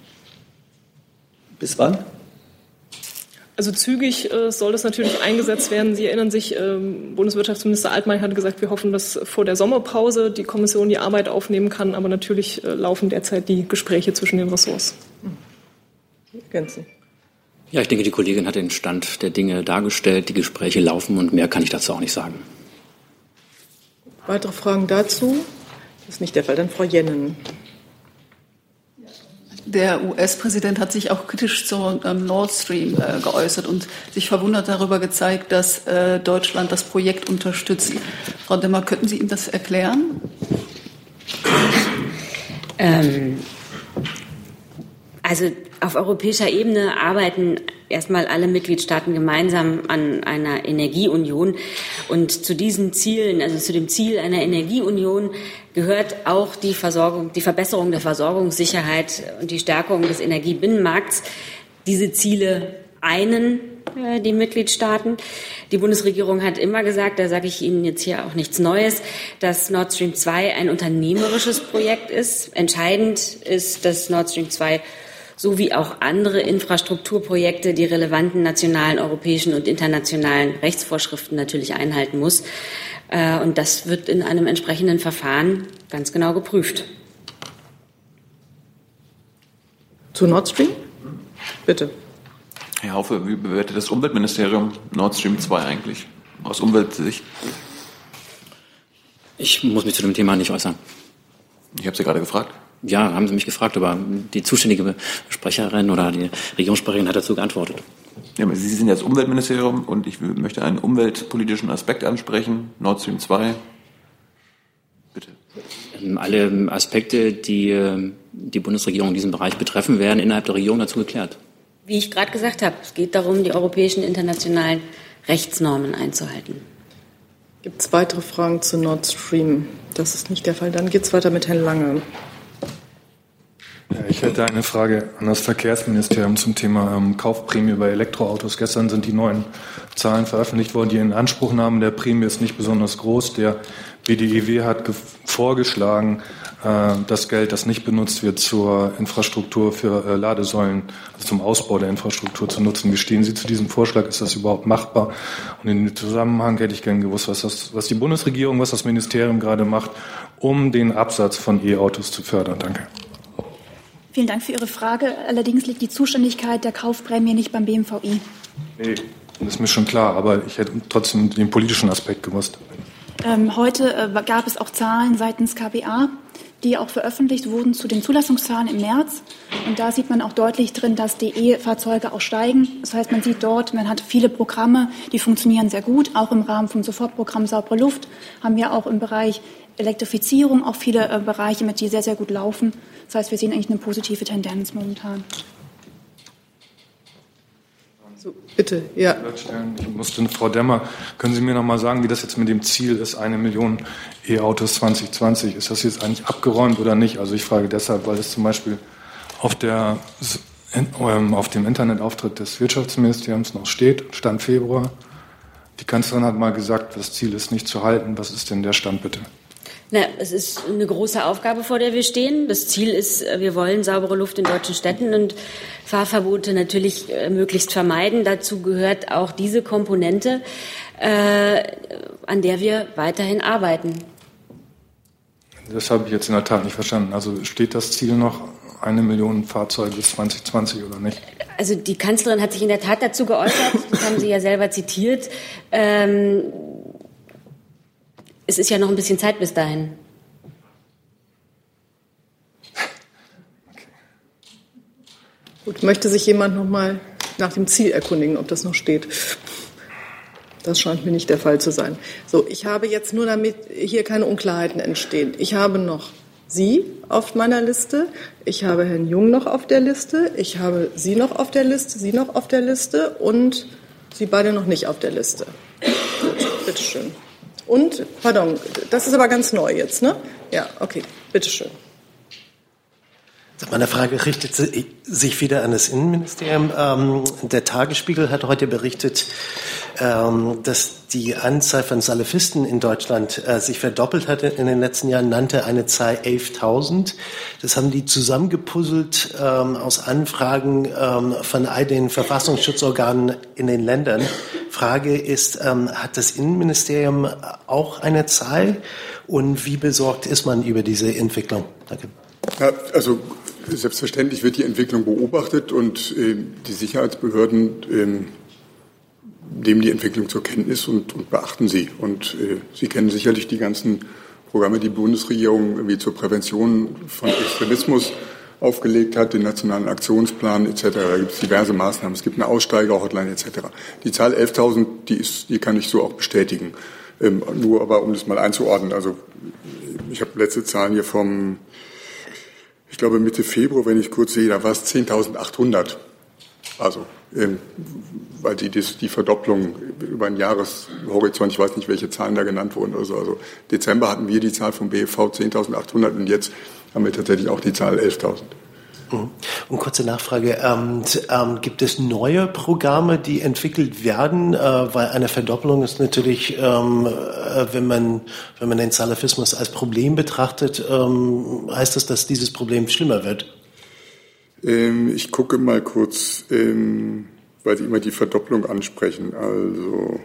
Bis wann? Also zügig äh, soll das natürlich eingesetzt werden. Sie erinnern sich, äh, Bundeswirtschaftsminister Altmaier hat gesagt, wir hoffen, dass vor der Sommerpause die Kommission die Arbeit aufnehmen kann. Aber natürlich äh, laufen derzeit die Gespräche zwischen den Ressorts. Gänze. Ja, ich denke, die Kollegin hat den Stand der Dinge dargestellt. Die Gespräche laufen und mehr kann ich dazu auch nicht sagen. Weitere Fragen dazu? Das ist nicht der Fall. Dann Frau Jennen. Der U S-Präsident hat sich auch kritisch zu ähm, Nord Stream äh, geäußert und sich verwundert darüber gezeigt, dass äh, Deutschland das Projekt unterstützt. Frau Demmer, könnten Sie ihm das erklären? Ähm, also auf europäischer Ebene arbeiten erstmal alle Mitgliedstaaten gemeinsam an einer Energieunion. Und zu diesen Zielen, also zu dem Ziel einer Energieunion, gehört auch die Versorgung, die Verbesserung der Versorgungssicherheit und die Stärkung des Energiebinnenmarkts. Diese Ziele einen äh, die Mitgliedstaaten. Die Bundesregierung hat immer gesagt, da sage ich Ihnen jetzt hier auch nichts Neues, dass Nord Stream zwei ein unternehmerisches Projekt ist. Entscheidend ist, dass Nord Stream zwei sowie auch andere Infrastrukturprojekte die relevanten nationalen, europäischen und internationalen Rechtsvorschriften natürlich einhalten muss. Und das wird in einem entsprechenden Verfahren ganz genau geprüft. Zu Nord Stream? Bitte. Herr Haufe, wie bewertet das Umweltministerium Nord Stream zwei eigentlich aus Umweltsicht? Ich muss mich zu dem Thema nicht äußern. Ich habe Sie gerade gefragt. Ja, haben Sie mich gefragt, aber die zuständige Sprecherin oder die Regierungssprecherin hat dazu geantwortet. Ja, aber Sie sind ja das Umweltministerium und ich möchte einen umweltpolitischen Aspekt ansprechen. Nord Stream zwei. Bitte. Alle Aspekte, die die Bundesregierung in diesem Bereich betreffen, werden innerhalb der Regierung dazu geklärt. Wie ich gerade gesagt habe, es geht darum, die europäischen internationalen Rechtsnormen einzuhalten. Gibt es weitere Fragen zu Nord Stream? Das ist nicht der Fall. Dann geht es weiter mit Herrn Lange. Ja, ich hätte eine Frage an das Verkehrsministerium zum Thema ähm, Kaufprämie bei Elektroautos. Gestern sind die neuen Zahlen veröffentlicht worden. Die Inanspruchnahme der Prämie ist nicht besonders groß. Der B D I W hat vorgeschlagen, äh, das Geld, das nicht benutzt wird, zur Infrastruktur für äh, Ladesäulen, also zum Ausbau der Infrastruktur zu nutzen. Wie stehen Sie zu diesem Vorschlag? Ist das überhaupt machbar? Und in dem Zusammenhang hätte ich gerne gewusst, was, das, was die Bundesregierung, was das Ministerium gerade macht, um den Absatz von E-Autos zu fördern. Danke. Vielen Dank für Ihre Frage. Allerdings liegt die Zuständigkeit der Kaufprämie nicht beim B M V I. Nee, das ist mir schon klar, aber ich hätte trotzdem den politischen Aspekt gewusst. Ähm, heute äh, gab es auch Zahlen seitens K B A, die auch veröffentlicht wurden zu den Zulassungszahlen im März. Und da sieht man auch deutlich drin, dass die E-Fahrzeuge auch steigen. Das heißt, man sieht dort, man hat viele Programme, die funktionieren sehr gut. Auch im Rahmen vom Sofortprogramm Saubere Luft haben wir auch im Bereich Elektrifizierung auch viele äh, Bereiche, mit die sehr, sehr gut laufen. Das heißt, wir sehen eigentlich eine positive Tendenz momentan. So, bitte, ja. Ich musste, Frau Demmer, können Sie mir noch mal sagen, wie das jetzt mit dem Ziel ist, eine Million E-Autos zwanzig zwanzig? Ist das jetzt eigentlich abgeräumt oder nicht? Also ich frage deshalb, weil es zum Beispiel auf, der, auf dem Internetauftritt des Wirtschaftsministeriums noch steht, Stand Februar. Die Kanzlerin hat mal gesagt, das Ziel ist nicht zu halten. Was ist denn der Stand, bitte? Na, es ist eine große Aufgabe, vor der wir stehen. Das Ziel ist, wir wollen saubere Luft in deutschen Städten und Fahrverbote natürlich äh, möglichst vermeiden. Dazu gehört auch diese Komponente, äh, an der wir weiterhin arbeiten. Das habe ich jetzt in der Tat nicht verstanden. Also steht das Ziel noch, eine Million Fahrzeuge bis zwanzig zwanzig oder nicht? Also die Kanzlerin hat sich in der Tat dazu geäußert. Das haben Sie ja selber zitiert. Ähm, Es ist ja noch ein bisschen Zeit bis dahin. Okay. Gut, möchte sich jemand noch mal nach dem Ziel erkundigen, ob das noch steht? Das scheint mir nicht der Fall zu sein. So, ich habe jetzt nur, damit hier keine Unklarheiten entstehen, ich habe noch Sie auf meiner Liste, ich habe Herrn Jung noch auf der Liste, ich habe Sie noch auf der Liste, Sie noch auf der Liste und Sie beide noch nicht auf der Liste. Gut, bitteschön. Und, pardon, das ist aber ganz neu jetzt, ne? Ja, okay, bitteschön. Meine Frage richtet sich wieder an das Innenministerium. Ähm, der Tagesspiegel hat heute berichtet, ähm, dass die Anzahl von Salafisten in Deutschland äh, sich verdoppelt hat in den letzten Jahren, nannte eine Zahl elftausend. Das haben die zusammengepuzzelt ähm, aus Anfragen ähm, von all den Verfassungsschutzorganen in den Ländern. Frage ist, ähm, hat das Innenministerium auch eine Zahl und wie besorgt ist man über diese Entwicklung? Danke. Ja, also selbstverständlich wird die Entwicklung beobachtet und äh, die Sicherheitsbehörden äh, nehmen die Entwicklung zur Kenntnis und, und beachten sie. Und äh, Sie kennen sicherlich die ganzen Programme, die die Bundesregierung irgendwie zur Prävention von Extremismus aufgelegt hat, den nationalen Aktionsplan et cetera. Da gibt es diverse Maßnahmen. Es gibt eine Aussteiger-Hotline et cetera. Die Zahl elftausend, die, ist, die kann ich so auch bestätigen. Ähm, nur aber, um das mal einzuordnen, also ich habe letzte Zahlen hier vom, ich glaube Mitte Februar, wenn ich kurz sehe, da war es zehntausendachthundert. Also, ähm, weil die, die, die Verdopplung über einen Jahreshorizont, ich weiß nicht, welche Zahlen da genannt wurden oder so. Also Dezember hatten wir die Zahl vom B F V zehntausendachthundert und jetzt haben wir tatsächlich auch die Zahl elftausend. Und kurze Nachfrage, ähm, ähm, gibt es neue Programme, die entwickelt werden? Äh, weil eine Verdopplung ist natürlich, ähm, äh, wenn man, wenn man den Salafismus als Problem betrachtet, ähm, heißt das, dass dieses Problem schlimmer wird? Ähm, ich gucke mal kurz, ähm, weil Sie immer die Verdopplung ansprechen. Also,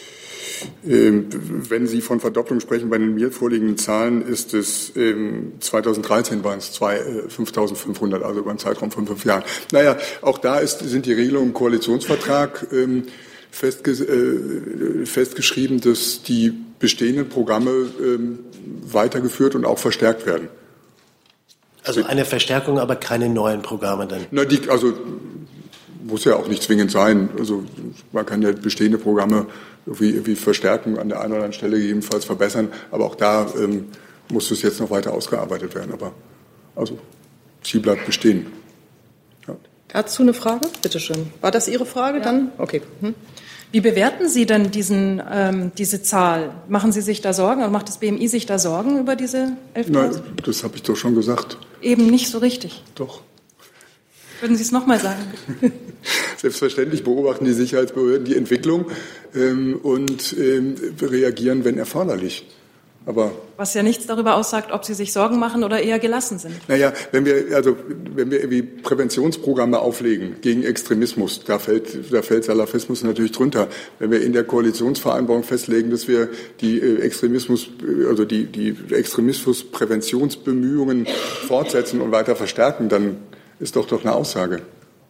ähm, wenn Sie von Verdopplung sprechen, bei den mir vorliegenden Zahlen ist es, ähm, zweitausenddreizehn waren es zwei, äh, fünftausendfünfhundert, also über einen Zeitraum von fünf Jahren. Naja, auch da ist, sind die Regelungen im Koalitionsvertrag ähm, festge äh, festgeschrieben, dass die bestehenden Programme ähm, weitergeführt und auch verstärkt werden. Also eine Verstärkung, aber keine neuen Programme dann? Na, die, also muss ja auch nicht zwingend sein. Also man kann ja bestehende Programme irgendwie, irgendwie verstärken, an der einen oder anderen Stelle gegebenenfalls verbessern. Aber auch da ähm, muss es jetzt noch weiter ausgearbeitet werden. Aber also Ziel bleibt bestehen. Ja. Dazu eine Frage? Bitte schön. War das Ihre Frage ja. dann? Okay. Hm. Wie bewerten Sie denn diesen, ähm, diese Zahl? Machen Sie sich da Sorgen oder macht das B M I sich da Sorgen über diese elftausend? Nein, das habe ich doch schon gesagt. Eben nicht so richtig. Doch. Würden Sie es nochmal sagen? Selbstverständlich beobachten die Sicherheitsbehörden die Entwicklung ähm, und ähm, reagieren, wenn erforderlich. Aber was ja nichts darüber aussagt, ob Sie sich Sorgen machen oder eher gelassen sind. Naja, wenn wir, also, wenn wir irgendwie Präventionsprogramme auflegen gegen Extremismus, da fällt, da fällt Salafismus natürlich drunter. Wenn wir in der Koalitionsvereinbarung festlegen, dass wir die Extremismus, also die, die Extremismuspräventionsbemühungen fortsetzen und weiter verstärken, dann ist doch doch eine Aussage.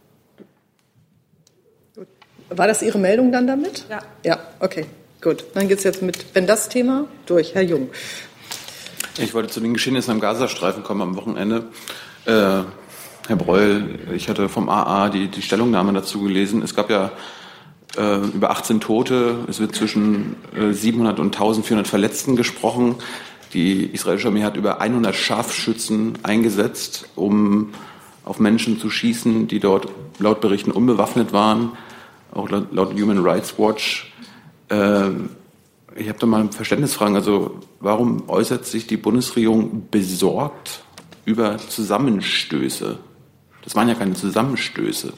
War das Ihre Meldung dann damit? Ja. Ja, okay. Gut, dann geht es jetzt mit, wenn das Thema, durch. Herr Jung. Ich wollte zu den Geschehnissen am Gazastreifen kommen am Wochenende. Äh, Herr Breul, ich hatte vom A A die, die Stellungnahme dazu gelesen. Es gab ja äh, über achtzehn Tote. Es wird zwischen äh, siebenhundert und eintausendvierhundert Verletzten gesprochen. Die israelische Armee hat über hundert Scharfschützen eingesetzt, um auf Menschen zu schießen, die dort laut Berichten unbewaffnet waren, auch laut, laut Human Rights Watch. Ich habe da mal Verständnisfragen. Also warum äußert sich die Bundesregierung besorgt über Zusammenstöße? Das waren ja keine Zusammenstöße.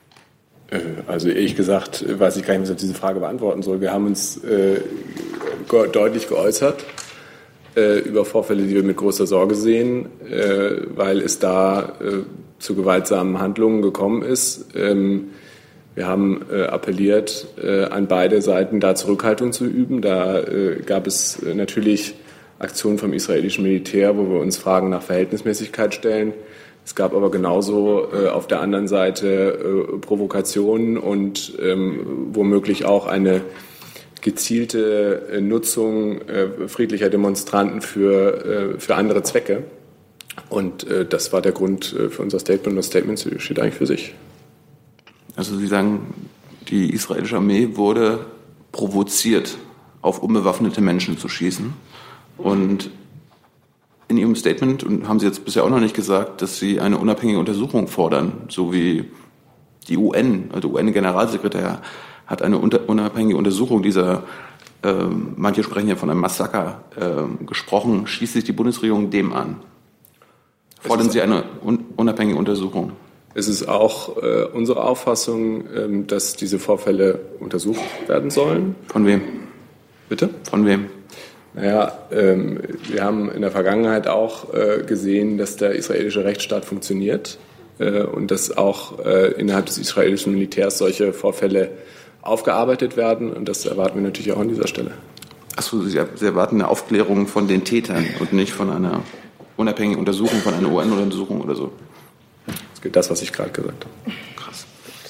Also ehrlich gesagt weiß ich gar nicht, was ich diese Frage beantworten soll. Wir haben uns äh, ge- deutlich geäußert äh, über Vorfälle, die wir mit großer Sorge sehen, äh, weil es da äh, zu gewaltsamen Handlungen gekommen ist. Ähm, wir haben äh, appelliert, äh, an beide Seiten da Zurückhaltung zu üben. Da äh, gab es äh, natürlich Aktionen vom israelischen Militär, wo wir uns Fragen nach Verhältnismäßigkeit stellen. Es gab aber genauso äh, auf der anderen Seite äh, Provokationen und ähm, womöglich auch eine gezielte äh, Nutzung äh, friedlicher Demonstranten für, äh, für andere Zwecke. Und äh, das war der Grund äh, für unser Statement. Das Statement steht eigentlich für sich. Also Sie sagen, die israelische Armee wurde provoziert, auf unbewaffnete Menschen zu schießen. Und in Ihrem Statement, und haben Sie jetzt bisher auch noch nicht gesagt, dass Sie eine unabhängige Untersuchung fordern, so wie die U N, also der U N-Generalsekretär hat eine unter, unabhängige Untersuchung dieser, äh, manche sprechen ja von einem Massaker äh, gesprochen, schließt sich die Bundesregierung dem an? Fordern Sie eine un, unabhängige Untersuchung? Es ist auch äh, unsere Auffassung, ähm, dass diese Vorfälle untersucht werden sollen. Von wem? Bitte? Von wem? Naja, ähm, wir haben in der Vergangenheit auch äh, gesehen, dass der israelische Rechtsstaat funktioniert äh, und dass auch äh, innerhalb des israelischen Militärs solche Vorfälle aufgearbeitet werden. Und das erwarten wir natürlich auch an dieser Stelle. Achso, Sie, Sie erwarten eine Aufklärung von den Tätern und nicht von einer unabhängigen Untersuchung, von einer U N-Untersuchung oder so? Das gilt das, was ich gerade gesagt habe. Krass.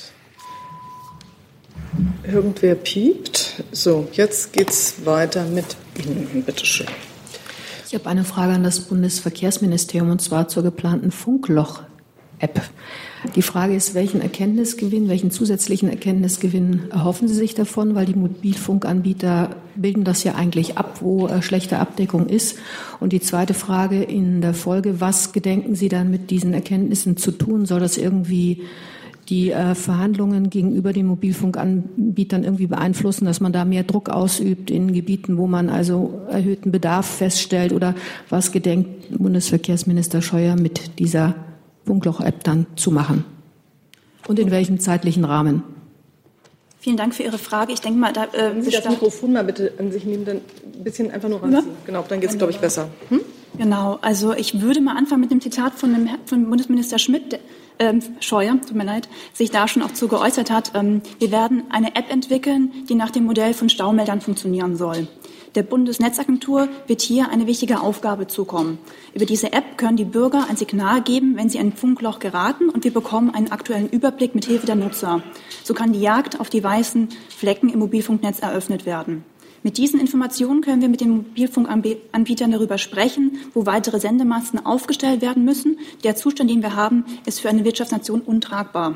Irgendwer piept. So, jetzt geht's weiter mit Ihnen. Bitte schön. Ich habe eine Frage an das Bundesverkehrsministerium, und zwar zur geplanten Funkloch-App. Die Frage ist, welchen Erkenntnisgewinn, welchen zusätzlichen Erkenntnisgewinn erhoffen Sie sich davon? Weil die Mobilfunkanbieter bilden das ja eigentlich ab, wo äh, schlechte Abdeckung ist. Und die zweite Frage in der Folge, was gedenken Sie dann mit diesen Erkenntnissen zu tun? Soll das irgendwie die äh, Verhandlungen gegenüber den Mobilfunkanbietern irgendwie beeinflussen, dass man da mehr Druck ausübt in Gebieten, wo man also erhöhten Bedarf feststellt? Oder was gedenkt Bundesverkehrsminister Scheuer mit dieser Funkloch-App dann zu machen? Und in welchem zeitlichen Rahmen? Vielen Dank für Ihre Frage. Ich denke mal, da äh, Sie das Mikrofon mal bitte an sich nehmen, dann ein bisschen einfach nur ranziehen. Ja. Genau, dann geht es, glaube ich, besser. Hm? Genau, also ich würde mal anfangen mit dem Zitat von dem von Bundesminister Schmidt, äh, Scheuer, tut mir leid, sich da schon auch zu geäußert hat. Ähm, wir werden eine App entwickeln, die nach dem Modell von Staumeldern funktionieren soll. Der Bundesnetzagentur wird hier eine wichtige Aufgabe zukommen. Über diese App können die Bürger ein Signal geben, wenn sie in ein Funkloch geraten, und wir bekommen einen aktuellen Überblick mit Hilfe der Nutzer. So kann die Jagd auf die weißen Flecken im Mobilfunknetz eröffnet werden. Mit diesen Informationen können wir mit den Mobilfunkanbietern darüber sprechen, wo weitere Sendemasten aufgestellt werden müssen. Der Zustand, den wir haben, ist für eine Wirtschaftsnation untragbar.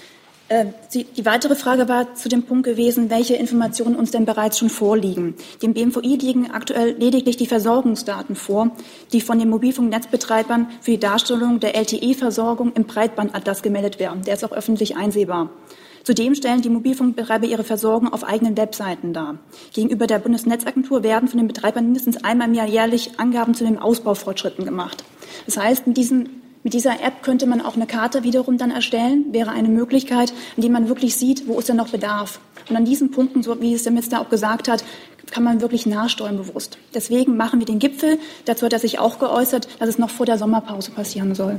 Die weitere Frage war zu dem Punkt gewesen, welche Informationen uns denn bereits schon vorliegen. Dem B M V I liegen aktuell lediglich die Versorgungsdaten vor, die von den Mobilfunknetzbetreibern für die Darstellung der L T E-Versorgung im Breitbandatlas gemeldet werden. Der ist auch öffentlich einsehbar. Zudem stellen die Mobilfunkbetreiber ihre Versorgung auf eigenen Webseiten dar. Gegenüber der Bundesnetzagentur werden von den Betreibern mindestens einmal im Jahr jährlich Angaben zu den Ausbaufortschritten gemacht. Das heißt, mit diesem Mit dieser App könnte man auch eine Karte wiederum dann erstellen, wäre eine Möglichkeit, in der man wirklich sieht, wo ist denn noch Bedarf. Und an diesen Punkten, so wie es der Minister auch gesagt hat, kann man wirklich nachsteuern bewusst. Deswegen machen wir den Gipfel. Dazu hat er sich auch geäußert, dass es noch vor der Sommerpause passieren soll.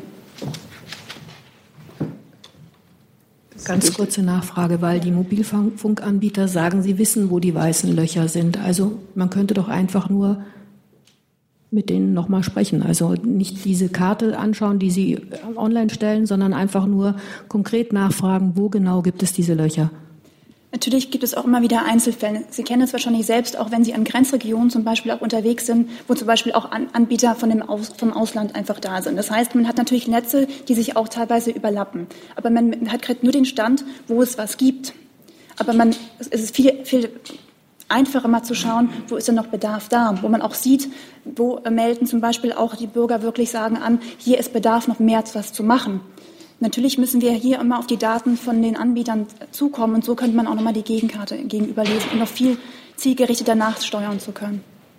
Ganz kurze Nachfrage, weil die Mobilfunkanbieter sagen, sie wissen, wo die weißen Löcher sind. Also man könnte doch einfach nur mit denen nochmal sprechen. Also nicht diese Karte anschauen, die Sie online stellen, sondern einfach nur konkret nachfragen, wo genau gibt es diese Löcher. Natürlich gibt es auch immer wieder Einzelfälle. Sie kennen es wahrscheinlich selbst, auch wenn Sie an Grenzregionen zum Beispiel auch unterwegs sind, wo zum Beispiel auch Anbieter von dem Aus, vom Ausland einfach da sind. Das heißt, man hat natürlich Netze, die sich auch teilweise überlappen. Aber man hat gerade nur den Stand, wo es was gibt. Aber man, es ist viel, viel einfacher mal zu schauen, wo ist denn noch Bedarf da, wo man auch sieht, wo melden zum Beispiel auch die Bürger wirklich sagen an, hier ist Bedarf, noch mehr was zu machen. Natürlich müssen wir hier immer auf die Daten von den Anbietern zukommen, und so könnte man auch nochmal die Gegenkarte gegenüberlesen, um noch viel zielgerichteter nachsteuern zu können.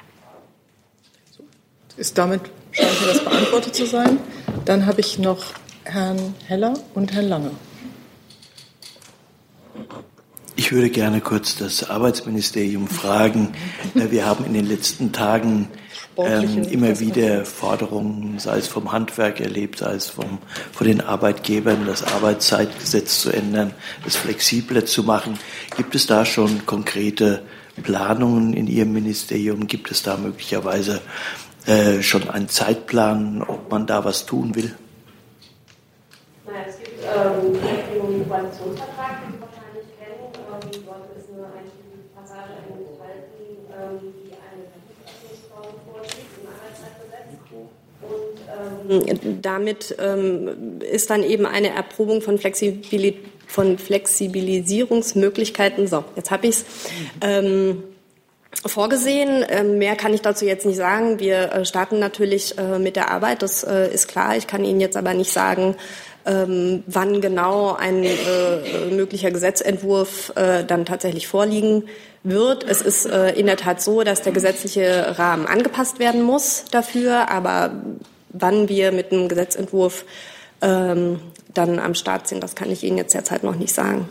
Ist damit, scheint mir das beantwortet zu sein. Dann habe ich noch Herrn Heller und Herrn Lange. Ich würde gerne kurz das Arbeitsministerium fragen. Wir haben in den letzten Tagen ähm, immer wieder Forderungen, sei es vom Handwerk erlebt, sei es vom, von den Arbeitgebern, das Arbeitszeitgesetz zu ändern, es flexibler zu machen. Gibt es da schon konkrete Planungen in Ihrem Ministerium? Gibt es da möglicherweise äh, schon einen Zeitplan, ob man da was tun will? Naja, es gibt ähm, einen Koalitionsvertrag, den Sie wahrscheinlich kennen. Ähm, dort ist eine einschlägige Passage enthalten, ähm, die eine Tarifabschlussform vorsieht im Arbeitszeitgesetz. Und ähm, damit ähm, ist dann eben eine Erprobung von Flexibilität von Flexibilisierungsmöglichkeiten, so, jetzt habe ich es, ähm, vorgesehen. Ähm, mehr kann ich dazu jetzt nicht sagen. Wir äh, starten natürlich äh, mit der Arbeit, das äh, ist klar. Ich kann Ihnen jetzt aber nicht sagen, ähm, wann genau ein äh, möglicher Gesetzentwurf äh, dann tatsächlich vorliegen wird. Es ist äh, in der Tat so, dass der gesetzliche Rahmen angepasst werden muss dafür, aber wann wir mit einem Gesetzentwurf ähm, dann am Start sind, das kann ich Ihnen jetzt derzeit noch nicht sagen.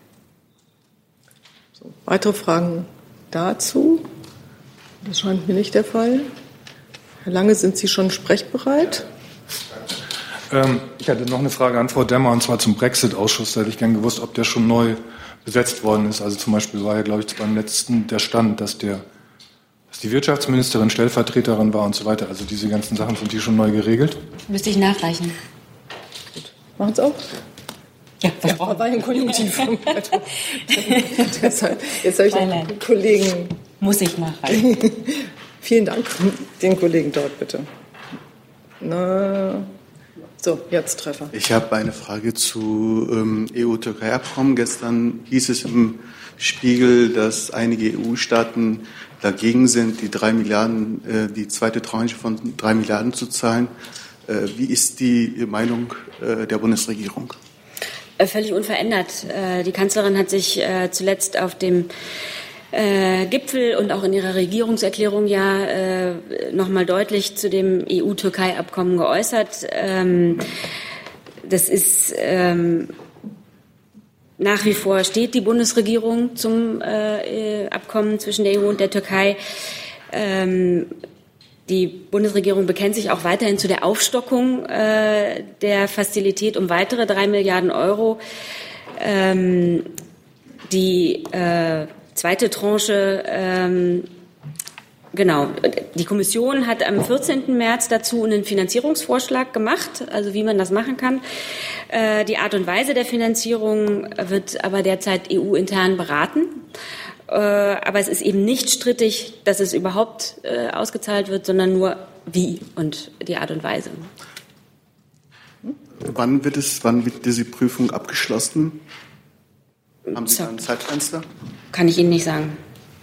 So, weitere Fragen dazu? Das scheint mir nicht der Fall. Herr Lange, sind Sie schon sprechbereit? Ähm, ich hatte noch eine Frage an Frau Demmer, und zwar zum Brexit-Ausschuss. Da hätte ich gern gewusst, ob der schon neu besetzt worden ist. Also zum Beispiel war ja, glaube ich, beim letzten der Stand, dass, der, dass die Wirtschaftsministerin Stellvertreterin war und so weiter. Also diese ganzen Sachen, sind die schon neu geregelt? Müsste ich nachreichen. Machen Sie auch? Ja, was ja, war im Konjunktiv. Deshalb, jetzt habe ich den Kollegen. Muss ich nachreichen. Vielen Dank. Den Kollegen dort, bitte. Na, so, jetzt Treffer. Ich habe eine Frage zu ähm, E U-Türkei-Abkommen. Gestern hieß es im Spiegel, dass einige E U-Staaten dagegen sind, die drei Milliarden, äh, die zweite Tranche von drei Milliarden zu zahlen. Äh, wie ist die Meinung äh, der Bundesregierung? Völlig unverändert. Die Kanzlerin hat sich zuletzt auf dem Gipfel und auch in ihrer Regierungserklärung ja nochmal deutlich zu dem E U-Türkei-Abkommen geäußert. Das ist nach wie vor steht die Bundesregierung zum Abkommen zwischen der E U und der Türkei. Die Bundesregierung bekennt sich auch weiterhin zu der Aufstockung äh, der Fazilität um weitere drei Milliarden Euro. Ähm, die äh, zweite Tranche, ähm, genau, die Kommission hat am vierzehnten März dazu einen Finanzierungsvorschlag gemacht, also wie man das machen kann. Äh, die Art und Weise der Finanzierung wird aber derzeit E U-intern beraten. Aber es ist eben nicht strittig, dass es überhaupt äh, ausgezahlt wird, sondern nur wie und die Art und Weise. Wann wird es, wann wird diese Prüfung abgeschlossen? Haben Sie da ein Zeitfenster? Kann ich Ihnen nicht sagen.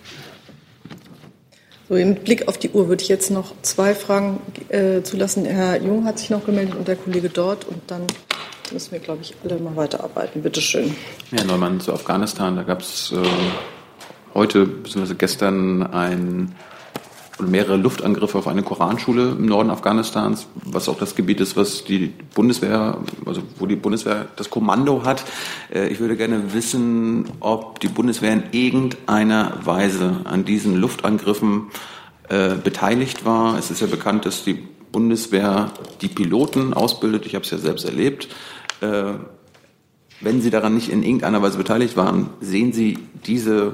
So, im Blick auf die Uhr würde ich jetzt noch zwei Fragen äh, zulassen. Herr Jung hat sich noch gemeldet und der Kollege dort. Und dann müssen wir, glaube ich, alle mal weiterarbeiten. Bitte schön. Herr Neumann, zu Afghanistan, da gab es äh, heute bzw. gestern ein oder mehrere Luftangriffe auf eine Koranschule im Norden Afghanistans, was auch das Gebiet ist, was die Bundeswehr, also wo die Bundeswehr das Kommando hat. Ich würde gerne wissen, ob die Bundeswehr in irgendeiner Weise an diesen Luftangriffen äh, beteiligt war. Es ist ja bekannt, dass die Bundeswehr die Piloten ausbildet. Ich habe es ja selbst erlebt. Äh, wenn Sie daran nicht in irgendeiner Weise beteiligt waren, sehen Sie diese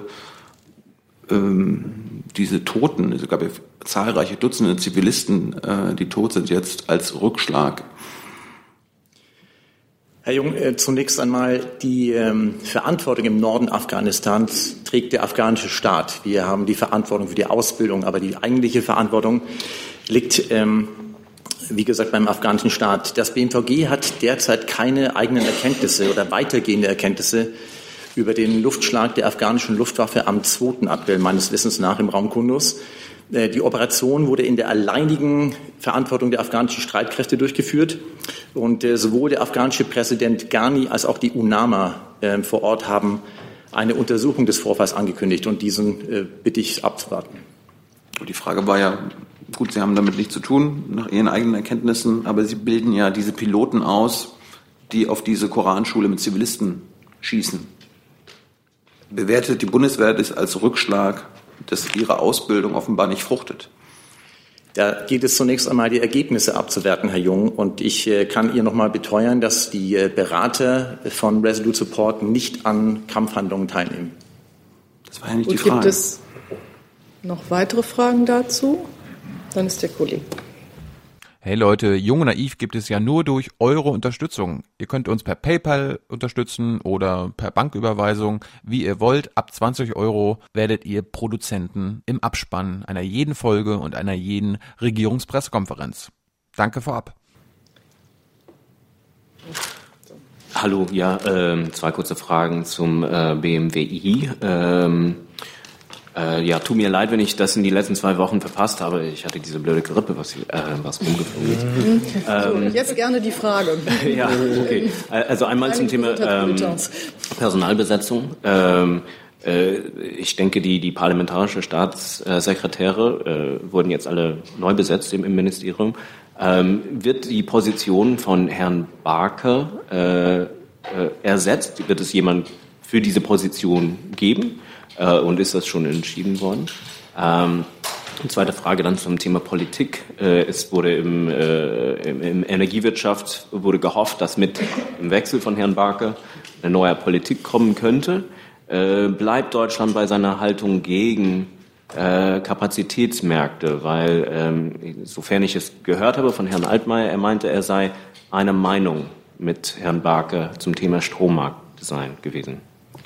diese Toten, es gab ja zahlreiche Dutzende Zivilisten, äh, die tot sind jetzt, als Rückschlag? Herr Jung, äh, zunächst einmal die ähm, Verantwortung im Norden Afghanistans trägt der afghanische Staat. Wir haben die Verantwortung für die Ausbildung, aber die eigentliche Verantwortung liegt, ähm, wie gesagt, beim afghanischen Staat. Das B M V G hat derzeit keine eigenen Erkenntnisse oder weitergehende Erkenntnisse über den Luftschlag der afghanischen Luftwaffe am zweiten April meines Wissens nach im Raum Kunduz. Die Operation wurde in der alleinigen Verantwortung der afghanischen Streitkräfte durchgeführt. Und sowohl der afghanische Präsident Ghani als auch die UNAMA vor Ort haben eine Untersuchung des Vorfalls angekündigt. Und diesen bitte ich abzuwarten. Die Frage war ja, gut, Sie haben damit nichts zu tun, nach Ihren eigenen Erkenntnissen, aber Sie bilden ja diese Piloten aus, die auf diese Koranschule mit Zivilisten schießen. bewertet die Bundeswehr das als Rückschlag, dass ihre Ausbildung offenbar nicht fruchtet? Da geht es zunächst einmal, die Ergebnisse abzuwerten, Herr Jung. Und ich äh, kann Ihnen noch mal beteuern, dass die äh, Berater von Resolute Support nicht an Kampfhandlungen teilnehmen. Das war ja nicht Gut, die Frage. Gibt es noch weitere Fragen dazu? Dann ist der Kollege. Hey Leute, Jung und Naiv gibt es ja nur durch eure Unterstützung. Ihr könnt uns per PayPal unterstützen oder per Banküberweisung, wie ihr wollt. Ab zwanzig Euro werdet ihr Produzenten im Abspann einer jeden Folge und einer jeden Regierungspressekonferenz. Danke vorab. Hallo, ja, äh, zwei kurze Fragen zum äh, B M W I. Ähm, Äh, ja, tut mir leid, wenn ich das in die letzten zwei Wochen verpasst habe. Ich hatte diese blöde Grippe, was, äh, was rumgeflogen ist. Mhm. Ähm, so, jetzt gerne die Frage. ja, okay. Also einmal zum Thema ähm, Personalbesetzung. Ähm, äh, ich denke, die, die parlamentarische Staatssekretäre äh, wurden jetzt alle neu besetzt im, im Ministerium. Ähm, wird die Position von Herrn Barker äh, äh, ersetzt? Wird es jemand für diese Position geben? Äh, und ist das schon entschieden worden? Ähm, zweite Frage dann zum Thema Politik. Äh, es wurde im, äh, im, im Energiewirtschaft wurde gehofft, dass mit dem Wechsel von Herrn Barker eine neue Politik kommen könnte. Äh, bleibt Deutschland bei seiner Haltung gegen äh, Kapazitätsmärkte? Weil, ähm, sofern ich es gehört habe von Herrn Altmaier, er meinte, er sei einer Meinung mit Herrn Barker zum Thema Strommarktdesign gewesen.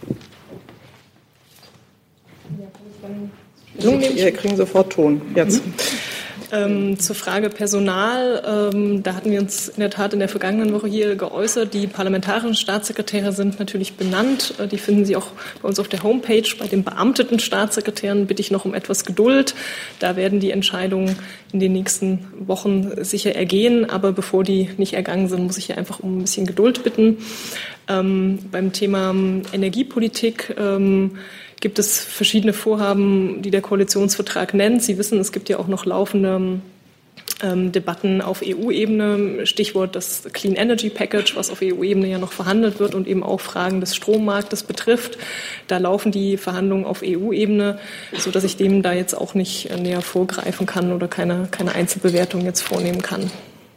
Wir kriegen sofort Ton. Jetzt. Ähm, zur Frage Personal, ähm, da hatten wir uns in der Tat in der vergangenen Woche hier geäußert. Die parlamentarischen Staatssekretäre sind natürlich benannt. Äh, die finden Sie auch bei uns auf der Homepage. Bei den beamteten Staatssekretären bitte ich noch um etwas Geduld. Da werden die Entscheidungen in den nächsten Wochen sicher ergehen. Aber bevor die nicht ergangen sind, muss ich hier einfach um ein bisschen Geduld bitten. Ähm, beim Thema Energiepolitik ähm, gibt es verschiedene Vorhaben, die der Koalitionsvertrag nennt. Sie wissen, es gibt ja auch noch laufende ähm, Debatten auf E U-Ebene, Stichwort das Clean Energy Package, was auf E U-Ebene ja noch verhandelt wird und eben auch Fragen des Strommarktes betrifft. Da laufen die Verhandlungen auf E U-Ebene, sodass ich dem da jetzt auch nicht näher vorgreifen kann oder keine, keine Einzelbewertung jetzt vornehmen kann.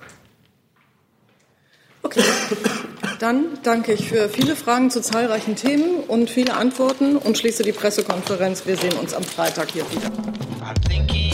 Okay. Dann danke ich für viele Fragen zu zahlreichen Themen und viele Antworten und schließe die Pressekonferenz. Wir sehen uns am Freitag hier wieder.